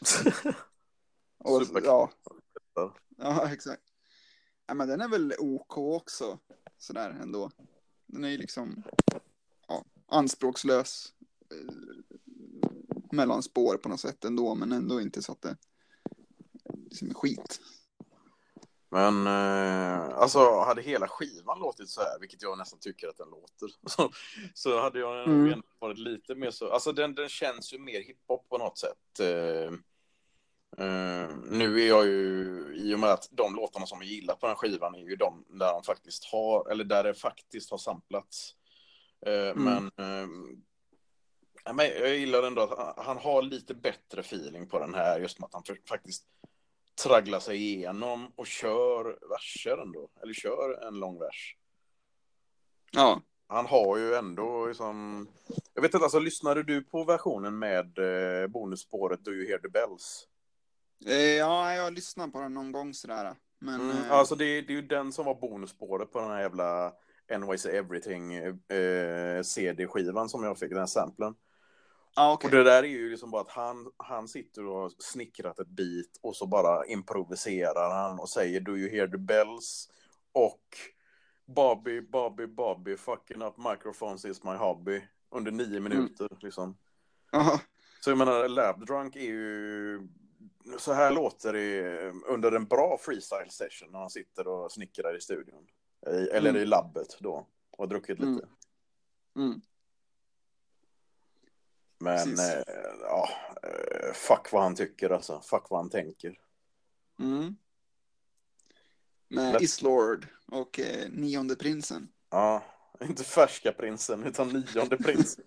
Och, ja. Ja, exakt. Ja, men den är väl OK också, sådär ändå. Den är ju liksom ja, anspråkslös eh, mellan spår på något sätt ändå, men ändå inte så att det liksom är skit. Men eh, alltså hade hela skivan låtit så här, vilket jag nästan tycker att den låter, så, så hade jag nog Mm. varit lite mer så, alltså den, den känns ju mer hiphop på något sätt. Eh, eh, nu är jag ju, i och med att de låtarna som jag gillar på den skivan är ju de där de faktiskt har, eller där det faktiskt har samplats. Eh, Mm. Men eh, men jag gillar ändå att han har lite bättre feeling på den här, just med att han faktiskt tragglar sig igenom och kör verser ändå, eller kör en lång vers. Ja. Han har ju ändå liksom, jag vet inte, alltså lyssnade du på versionen med eh, bonusspåret Do You Hear The Bells? Eh, ja, jag har lyssnat på den någon gång sådär. Men, Mm, eh... alltså det, det är ju den som var bonusspåret på den här jävla N Y C Everything eh, C D-skivan som jag fick, den här samplen. Ah, okay. Och det där är ju liksom bara att han, han sitter och har snickrat ett bit och så bara improviserar han och säger Do you hear the bells? Och Bobby, Bobby, Bobby, fucking up microphones is my hobby. Under nio minuter mm. liksom. Aha. Så jag menar, Lab Drunk är ju, så här låter det under en bra freestyle session när han sitter och snickrar i studion. Eller mm. i labbet då. Och har druckit lite. Mm. Mm. Men eh, ja, fuck vad han tycker alltså. Fuck vad han tänker. Mm. Med Men... Islord och eh, nionde prinsen. Ja, inte färska prinsen utan nionde prinsen.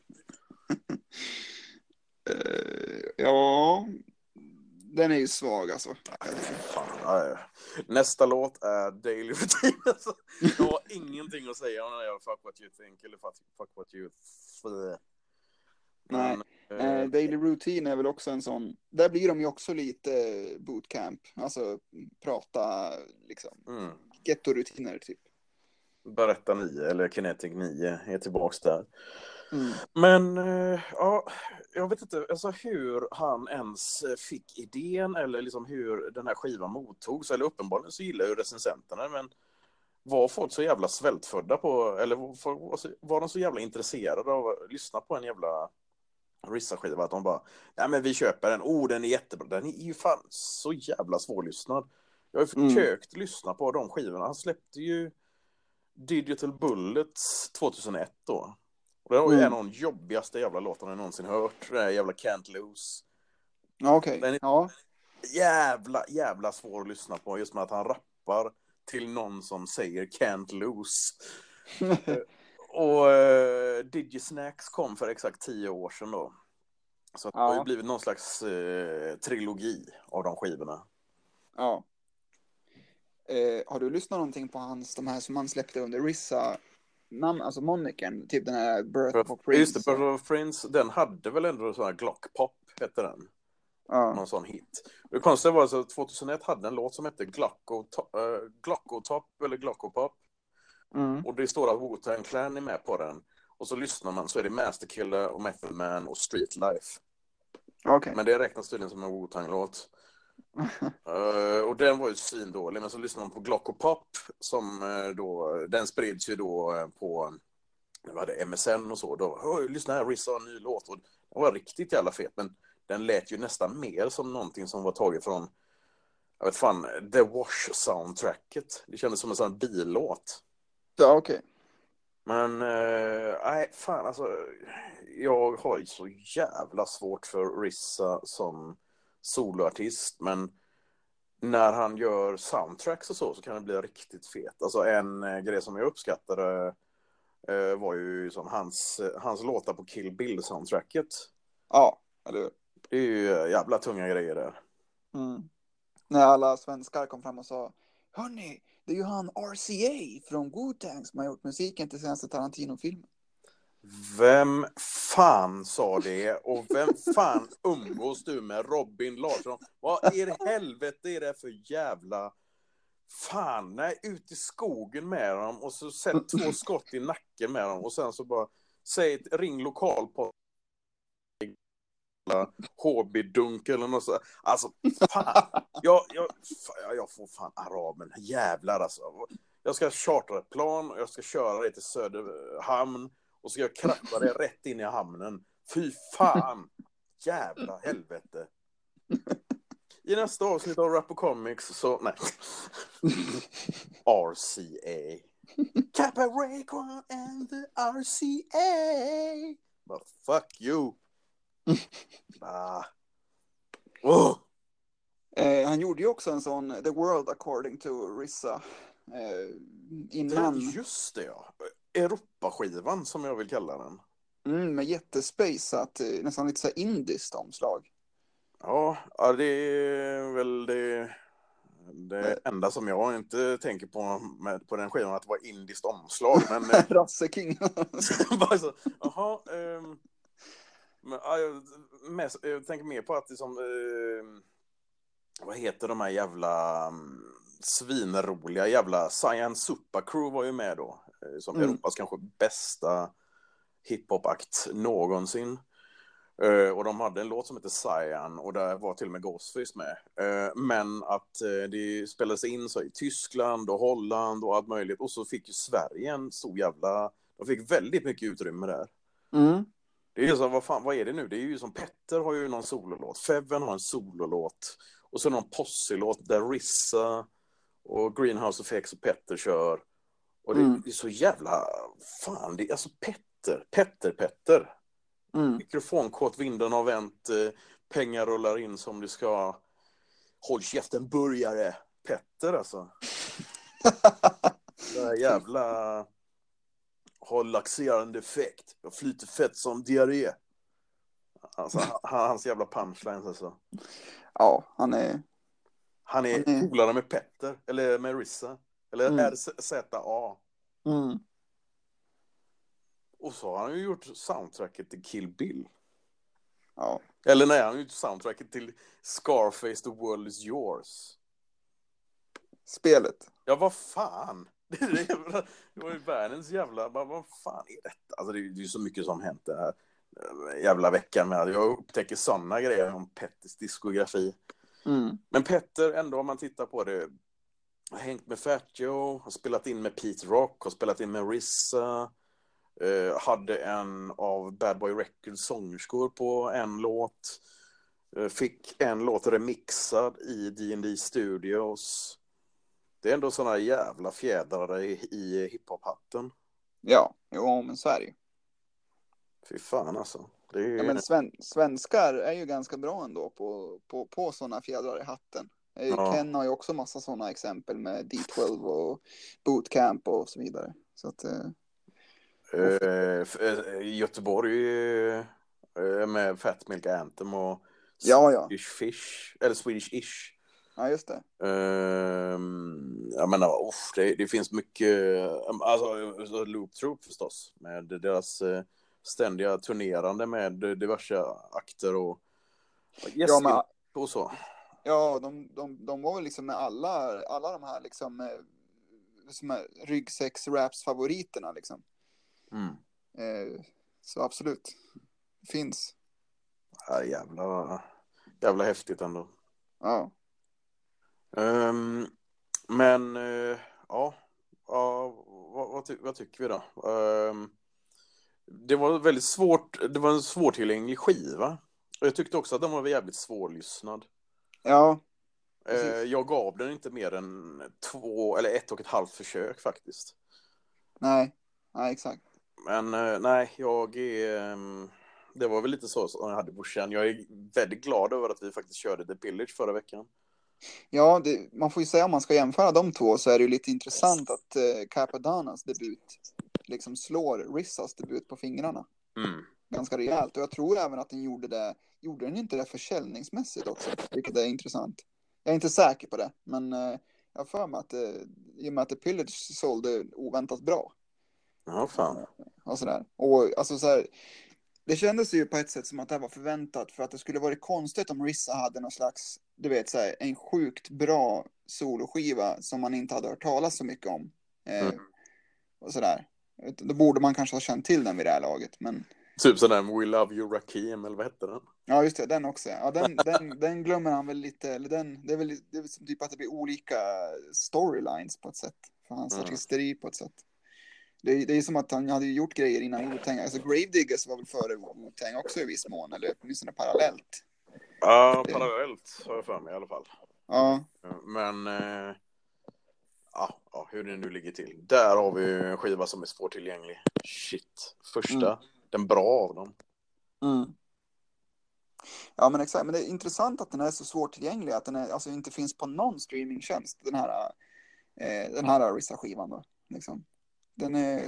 uh, ja, den är ju svag alltså. Fan, ja. Nästa låt är Daily Routine. Alltså, jag har ingenting att säga om den här Fuck What You Think eller Fuck What You Th. Nej, eh, Daily Routine är väl också en sån. Där blir de ju också lite bootcamp. Alltså prata liksom mm. ghetto-rutiner typ. Berätta nio eller Kinetic nio är tillbaks där. Mm. Men eh, ja, jag vet inte alltså hur han ens fick idén eller liksom hur den här skivan mottogs. Eller uppenbarligen så gillar ju recensenterna, men var folk så jävla svältfödda på, eller var, var de så jävla intresserade av att lyssna på en jävla Rissa-skiva att de bara, nej men vi köper den, oh den är jättebra, den är ju fan så jävla svårlyssnad. Jag har ju försökt mm. lyssna på de skivorna, han släppte ju Digital Bullets tjugohundraett då. Och det var ju Mm. en av de jobbigaste jävla låtarna jag någonsin hört. Det där jävla Can't Lose. Ja, okej. Den är Ja. jävla, jävla svår att lyssna på. Just med att han rappar till någon som säger Can't Lose. Och uh, Digisnacks kom för exakt tio år sedan då. Så att det har ju Ja. blivit någon slags uh, trilogi av de skivorna. Ja. Eh, har du lyssnat någonting på hans, de här som han släppte under Rissa namn, alltså monikern, typ den här Birth of Prince? Just det, Birth of Prince, den hade väl ändå sån här Glock Pop, hette den. Ja. Någon sån hit. Det konstiga var alltså att tjugohundraett hade en låt som hette Glocko uh, Glocko Top eller Glocko Pop. Mm. Och det står att Wu-Tang Clan är med på den. Och så lyssnar man så är det Master Killer och Method Man och Street Life. Okej. Men det räknas tydligen som en Wu-Tang-låt. uh, och den var ju svindålig. Men så lyssnar man på Glocko Pop som uh, då, den sprids ju då uh, på det var det M S N och så. Då, lyssna här, Rissa har en ny låt. Och den var riktigt jävla fet. Men den lät ju nästan mer som någonting som var taget från, jag vet fan, The Wash-soundtracket. Det kändes som en sån billåt. Ja, okej. Men, nej, äh, fan alltså, jag har ju så jävla svårt för Rissa som soloartist, men när han gör soundtracks och så, så kan det bli riktigt fet. Alltså en äh, grej som jag uppskattade äh, var ju som hans, hans låtar på Kill Bill-soundtracket. Ja, eller Det är ju jävla tunga grejer där. mm. När alla svenskar kom fram och sa, hörni, det är ju han R C A från Wu-Tang som har gjort musiken till senaste Tarantino-filmen. Vem fan sa det? Och vem fan umgås du med? Robin Larsson? Vad i helvete är det för jävla... Fan, nej, ut i skogen med dem och så sätt två skott i nacken med dem och sen så bara säg ett ring lokal på H B-dunk eller något så. Alltså, fan. Jag, jag, fan, jag får fan araben. Jävlar alltså. Jag ska chartra ett plan och jag ska köra det till Söderhamn och så ska jag krascha det rätt in i hamnen. Fy fan. Jävla helvete. I nästa avsnitt av Rap och Comics så, nej. R C A. Kappa Rayquan and the R C A. But fuck you. Ah. Oh. Eh, han gjorde ju också en sån The World According to Rissa eh, innan. Det, just det, ja. Europaskivan som jag vill kalla den. Mm, med jättespace, så att eh, nästan lite så här indiskt omslag. Ja, ja, det är väl det, det enda som jag inte tänker på med, på den skivan, att det var indiskt omslag. Men Rasseking. bara så, jaha, um, men, ja, jag, mest, jag tänker mer på att liksom, uh, vad heter de här jävla um, svinroliga jävla Science Super Crew var ju med då, uh, som mm. Europas kanske bästa hiphop-akt någonsin. Uh, och de hade en låt som heter Cyan och där var till och med Ghostface med. Uh, men att uh, det spelades in så i Tyskland och Holland och allt möjligt. Och så fick ju Sverige en stor jävla... De fick väldigt mycket utrymme där. Mm. Det är ju så, vad fan, vad är det nu? Det är ju som Petter har ju någon sololåt. Feven har en sololåt. Och så någon Posse-låt där Rissa och Greenhouse Effects och Petter kör. Och det, mm. det är så jävla... Fan, det är alltså Petter. Petter, Petter. Mm. Mikrofonkåt, vinden har vänt, eh, pengar rullar in som det ska. Håll käften, burgare. Petter alltså. Det här jävla har laxerande effekt. Jag flyter fett som diarré. Alltså, han, hans jävla punchlines alltså. Ja, han är... Han är, är... polare med Petter, eller med Rissa. Eller mm. R Z A. Mm. Och så har han ju gjort soundtracket till Kill Bill. Ja. Eller nej, han har gjort soundtracket till Scarface, The World Is Yours. Spelet. Ja, vad fan? Det, det var ju världens jävla... Vad, vad fan är detta? Alltså det är ju så mycket som hänt den här jävla veckan med. Jag upptäcker sådana grejer om Petters diskografi. Mm. Men Petter, ändå om man tittar på det, har hängt med Fat Joe, har spelat in med Pete Rock, har spelat in med Rissa. Uh, hade en av Bad Boy Records sångerskor på en låt. Uh, fick en låt remixad i D and D Studios. Det är ändå såna jävla fjädrar i, i hiphop-hatten. Ja, jo, men så är det ju. Fy fan alltså. Det är... Ja, men sven svenskar är ju ganska bra ändå på, på, på sådana fjädrar i hatten. Eh, Ja. Ken har ju också massa sådana exempel med D tolv och bootcamp och så vidare. Så att, eh, Eh, f- eh, Göteborg eh, med Fat Milk Anthem och ja, ja. Swedish Fish, eller Swedish-ish. Ja, just det. Um, jag menar, uff, det, det finns mycket, um, alltså Loop Troop förstås, med deras uh, ständiga turnerande med diverse akter och Ja, men, och så. ja de, de, de var väl liksom med alla, alla de här liksom, eh, som är ryggsäcks-raps-favoriterna liksom. Mm. Eh, så absolut, finns. Ja, jävla, jävla häftigt ändå. Ja. Um, men uh, ja, ja vad, vad, ty vad tycker vi då? Um, det var väldigt svårt, det var en svårtillgänglig skiva. Och jag tyckte också att den var jävligt svårlyssnad. Ja, Uh, jag gav den inte mer än två eller ett och ett halvt försök faktiskt. nej, nej exakt. Men uh, nej, jag är... Um, det var väl lite så som jag hade brorsan. Jag är väldigt glad över att vi faktiskt körde The Pillage förra veckan. Ja, det, man får ju säga om man ska jämföra de två så är det ju lite intressant att eh, Capadanas debut liksom slår Rissas debut på fingrarna. Mm. Ganska rejält. Och jag tror även att den gjorde det, gjorde den inte det försäljningsmässigt också, vilket är intressant. Jag är inte säker på det, men eh, jag har för mig att, eh, i och med att The Pillage sålde oväntat bra. Ja, fan. Och sådär. Och alltså så här, det kändes ju på ett sätt som att det här var förväntat, för att det skulle varit konstigt om Rissa hade någon slags, du vet, så här, en sjukt bra soloskiva som man inte hade hört talas så mycket om. Eh, Mm. och sådär. Då borde man kanske ha känt till den vid det här laget, men... Typ sådär We Love You Rakim, eller vad hette den? Ja, just det, den också. Ja, den, den, den glömmer han väl lite, eller den, det är väl, det är väl som typ att det blir olika storylines på ett sätt, för hans Mm. artisteri på ett sätt. Det är, det är som att han hade gjort grejer innan Wu-Tang. Alltså Gravediggers var väl före Wu-Tang också i viss mån, eller åtminstone parallellt. Ja, parallellt har jag för mig i alla fall. Ja. Men eh, ja, ja, hur det nu ligger till. Där har vi en skiva som är svårtillgänglig. Shit. Första, mm. den bra av dem. Mm. Ja, men exakt. Men det är intressant att den är så svårtillgänglig, att den är, alltså inte finns på någon streamingtjänst, den här eh, den här Rissa-skivan då, liksom. Den är...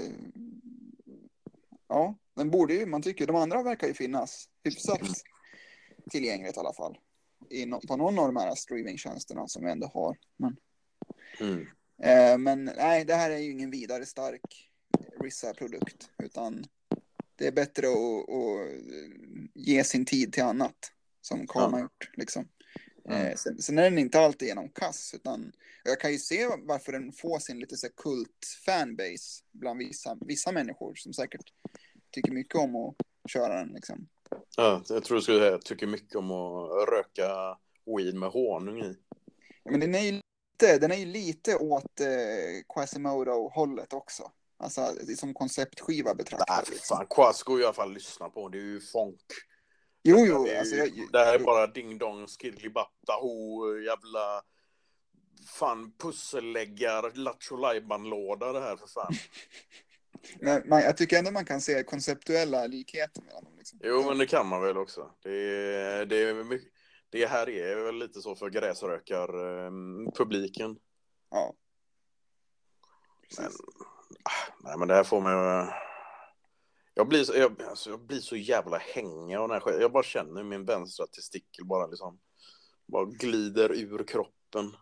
Ja, den borde ju, man tycker, de andra verkar ju finnas hyfsat tillgängligt i alla fall. I no, på någon av de här streamingtjänsterna som vi ändå har. Men, mm. eh, men nej, det här är ju ingen vidare stark Rissa-produkt, utan det är bättre att, att ge sin tid till annat, som Karl har gjort, liksom. Mm. Eh, sen, sen är den inte alltid genom kass, utan jag kan ju se varför den får sin lite så kult fanbase bland vissa, vissa människor som säkert tycker mycket om att köra den, liksom. Ja, jag tror du skulle säga tycker mycket om att röka weed med honung i. Ja, men den är ju lite, den är ju lite åt eh, Quasimodo-hållet också. Alltså som konceptskiva betraktat. Nej, fan, Quas går i alla fall lyssna på. Det är ju funk. Jo, jo. Det, är, alltså, jag, det här är jo. bara ding-dong, skidlibatta, ho, jävla fan pusselläggar, lattjo-lajban-låda det här för fan. Men man, jag tycker ändå man kan se konceptuella likheter mellan dem. Liksom. Jo, men det kan man väl också. Det, är, det, är mycket, det här är väl lite så för gräsrökar-publiken. Ja. Men, nej, men det här får mig... Jag blir, så, jag, alltså, jag blir så jävla hängig av den här. Jag bara känner min vänstra testikel bara liksom... Bara glider ur kroppen.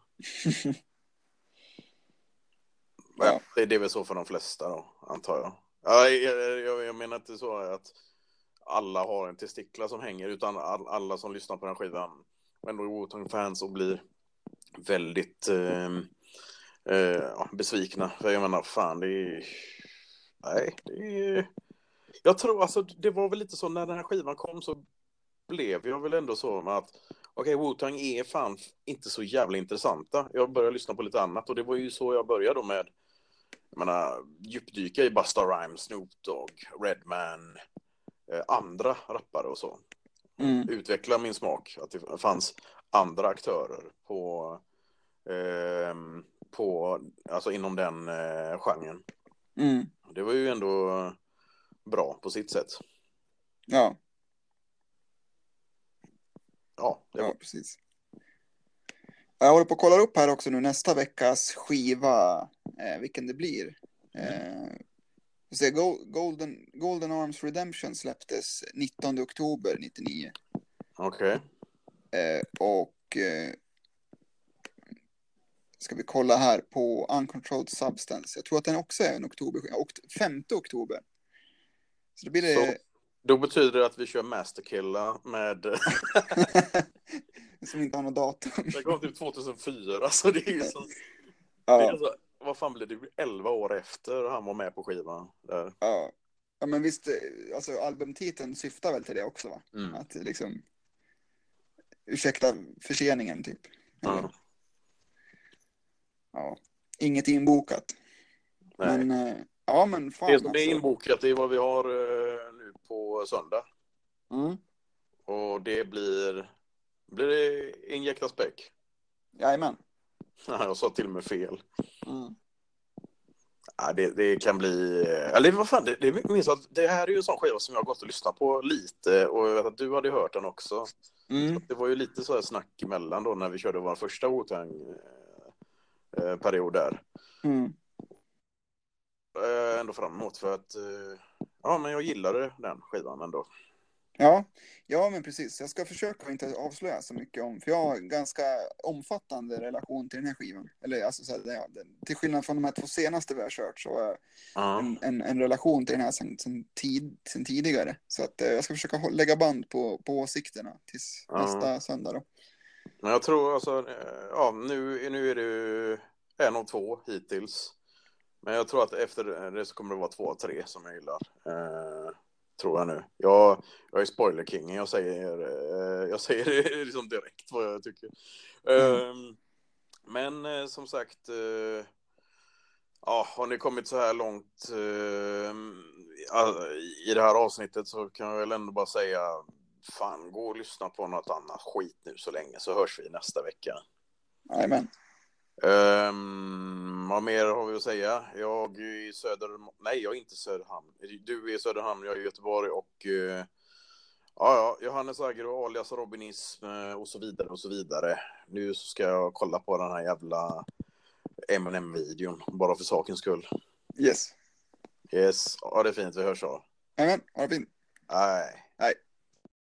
Ja. Det, det är väl så för de flesta då, antar jag. Ja, jag, jag, jag menar inte så att alla har en testikla som hänger, utan all, alla som lyssnar på den skivan ändå är Wu-Tang-fans och blir väldigt eh, eh, besvikna. För jag menar, fan, det är... Nej, det är... Jag tror, alltså, det var väl lite så när den här skivan kom så blev jag väl ändå så med att okej, okay, Wu-Tang är fan inte så jävla intressanta. Jag började lyssna på lite annat och det var ju så jag började då med, jag menar, djupdyka i Busta Rhymes, Snoop Dogg, Redman, eh, andra rappare och så. Mm. Utveckla min smak, att det fanns andra aktörer på, eh, på, alltså inom den eh, genren. Mm. Det var ju ändå bra på sitt sätt. Ja. Ja, det var... Ja, precis. Jag håller på att kolla upp här också nu nästa veckas skiva, eh, vilken det blir. Eh, så Golden, Golden Arms Redemption släpptes nittonde oktober nittionio. Okej. Okay. Eh, och eh, ska vi kolla här på Uncontrolled Substance. Jag tror att den också är en oktober, femte oktober. Så det blir det... Så, då betyder det att vi kör Masterkilla med... som inte har något datum. Det kom typ tjugohundrafyra, så det är ju så... Ja. Det är så... Vad fan blir det? Det blir elva år efter han var med på skivan där. Ja. Ja, men visst, alltså albumtiteln syftar väl till det också, va? Mm. Att liksom... Ursäkta förseningen, typ. Eller? Ja. Ja. Inget inbokat. Nej. Men, eh, ja men fan det som är alltså. inbokat är vad vi har eh, nu på söndag. Mm. Och det blir... Blir det Injekta Späck? Jajamän. Ja, jag sa till och med fel. Mm. Ja, det, det kan bli... Eller vad fan, det, det minns att det här är ju en sån skiva som jag har gått och lyssnat på lite. Och jag vet att du hade hört den också. Mm. Så det var ju lite så här snack emellan då när vi körde vår första Wu-Tang-period där. Mm. Ändå fram emot för att... Ja, men jag gillade den skivan ändå. Ja, ja men precis. Jag ska försöka inte avslöja så mycket om, för jag har en ganska omfattande relation till den här skivan. Eller alltså, så här, ja, till skillnad från de här två senaste vi har kört så har jag Ja. en, en, en relation till den här sen, sen, tid, sen tidigare. Så att eh, jag ska försöka hå- lägga band på, på åsikterna tills Ja. nästa söndag då. Men jag tror alltså... Ja, nu, nu är det ju en av två hittills. Men jag tror att efter det så kommer det vara två av tre som jag gillar. Eh, tror jag nu. Jag, jag är spoiler-kingen. Jag säger, eh, jag säger det liksom direkt vad jag tycker. Mm. Eh, men eh, som sagt... Eh, ja, har ni kommit så här långt eh, i det här avsnittet så kan jag väl ändå bara säga... Fan, gå och lyssna på något annat skit nu så länge så hörs vi nästa vecka. Jajamän. Um, vad mer har vi att säga? Jag är i Söder... Nej, jag är inte i Söderhamn. Du är i Söderhamn, jag är i Göteborg och... Uh, ja, ja, Johannes Agro, alias Robinism och så vidare och så vidare. Nu ska jag kolla på den här jävla M and M-videon, bara för sakens skull. Yes. Yes, ja det är fint, vi hörs så. Jajamän, ha det fint. Nej. Nej.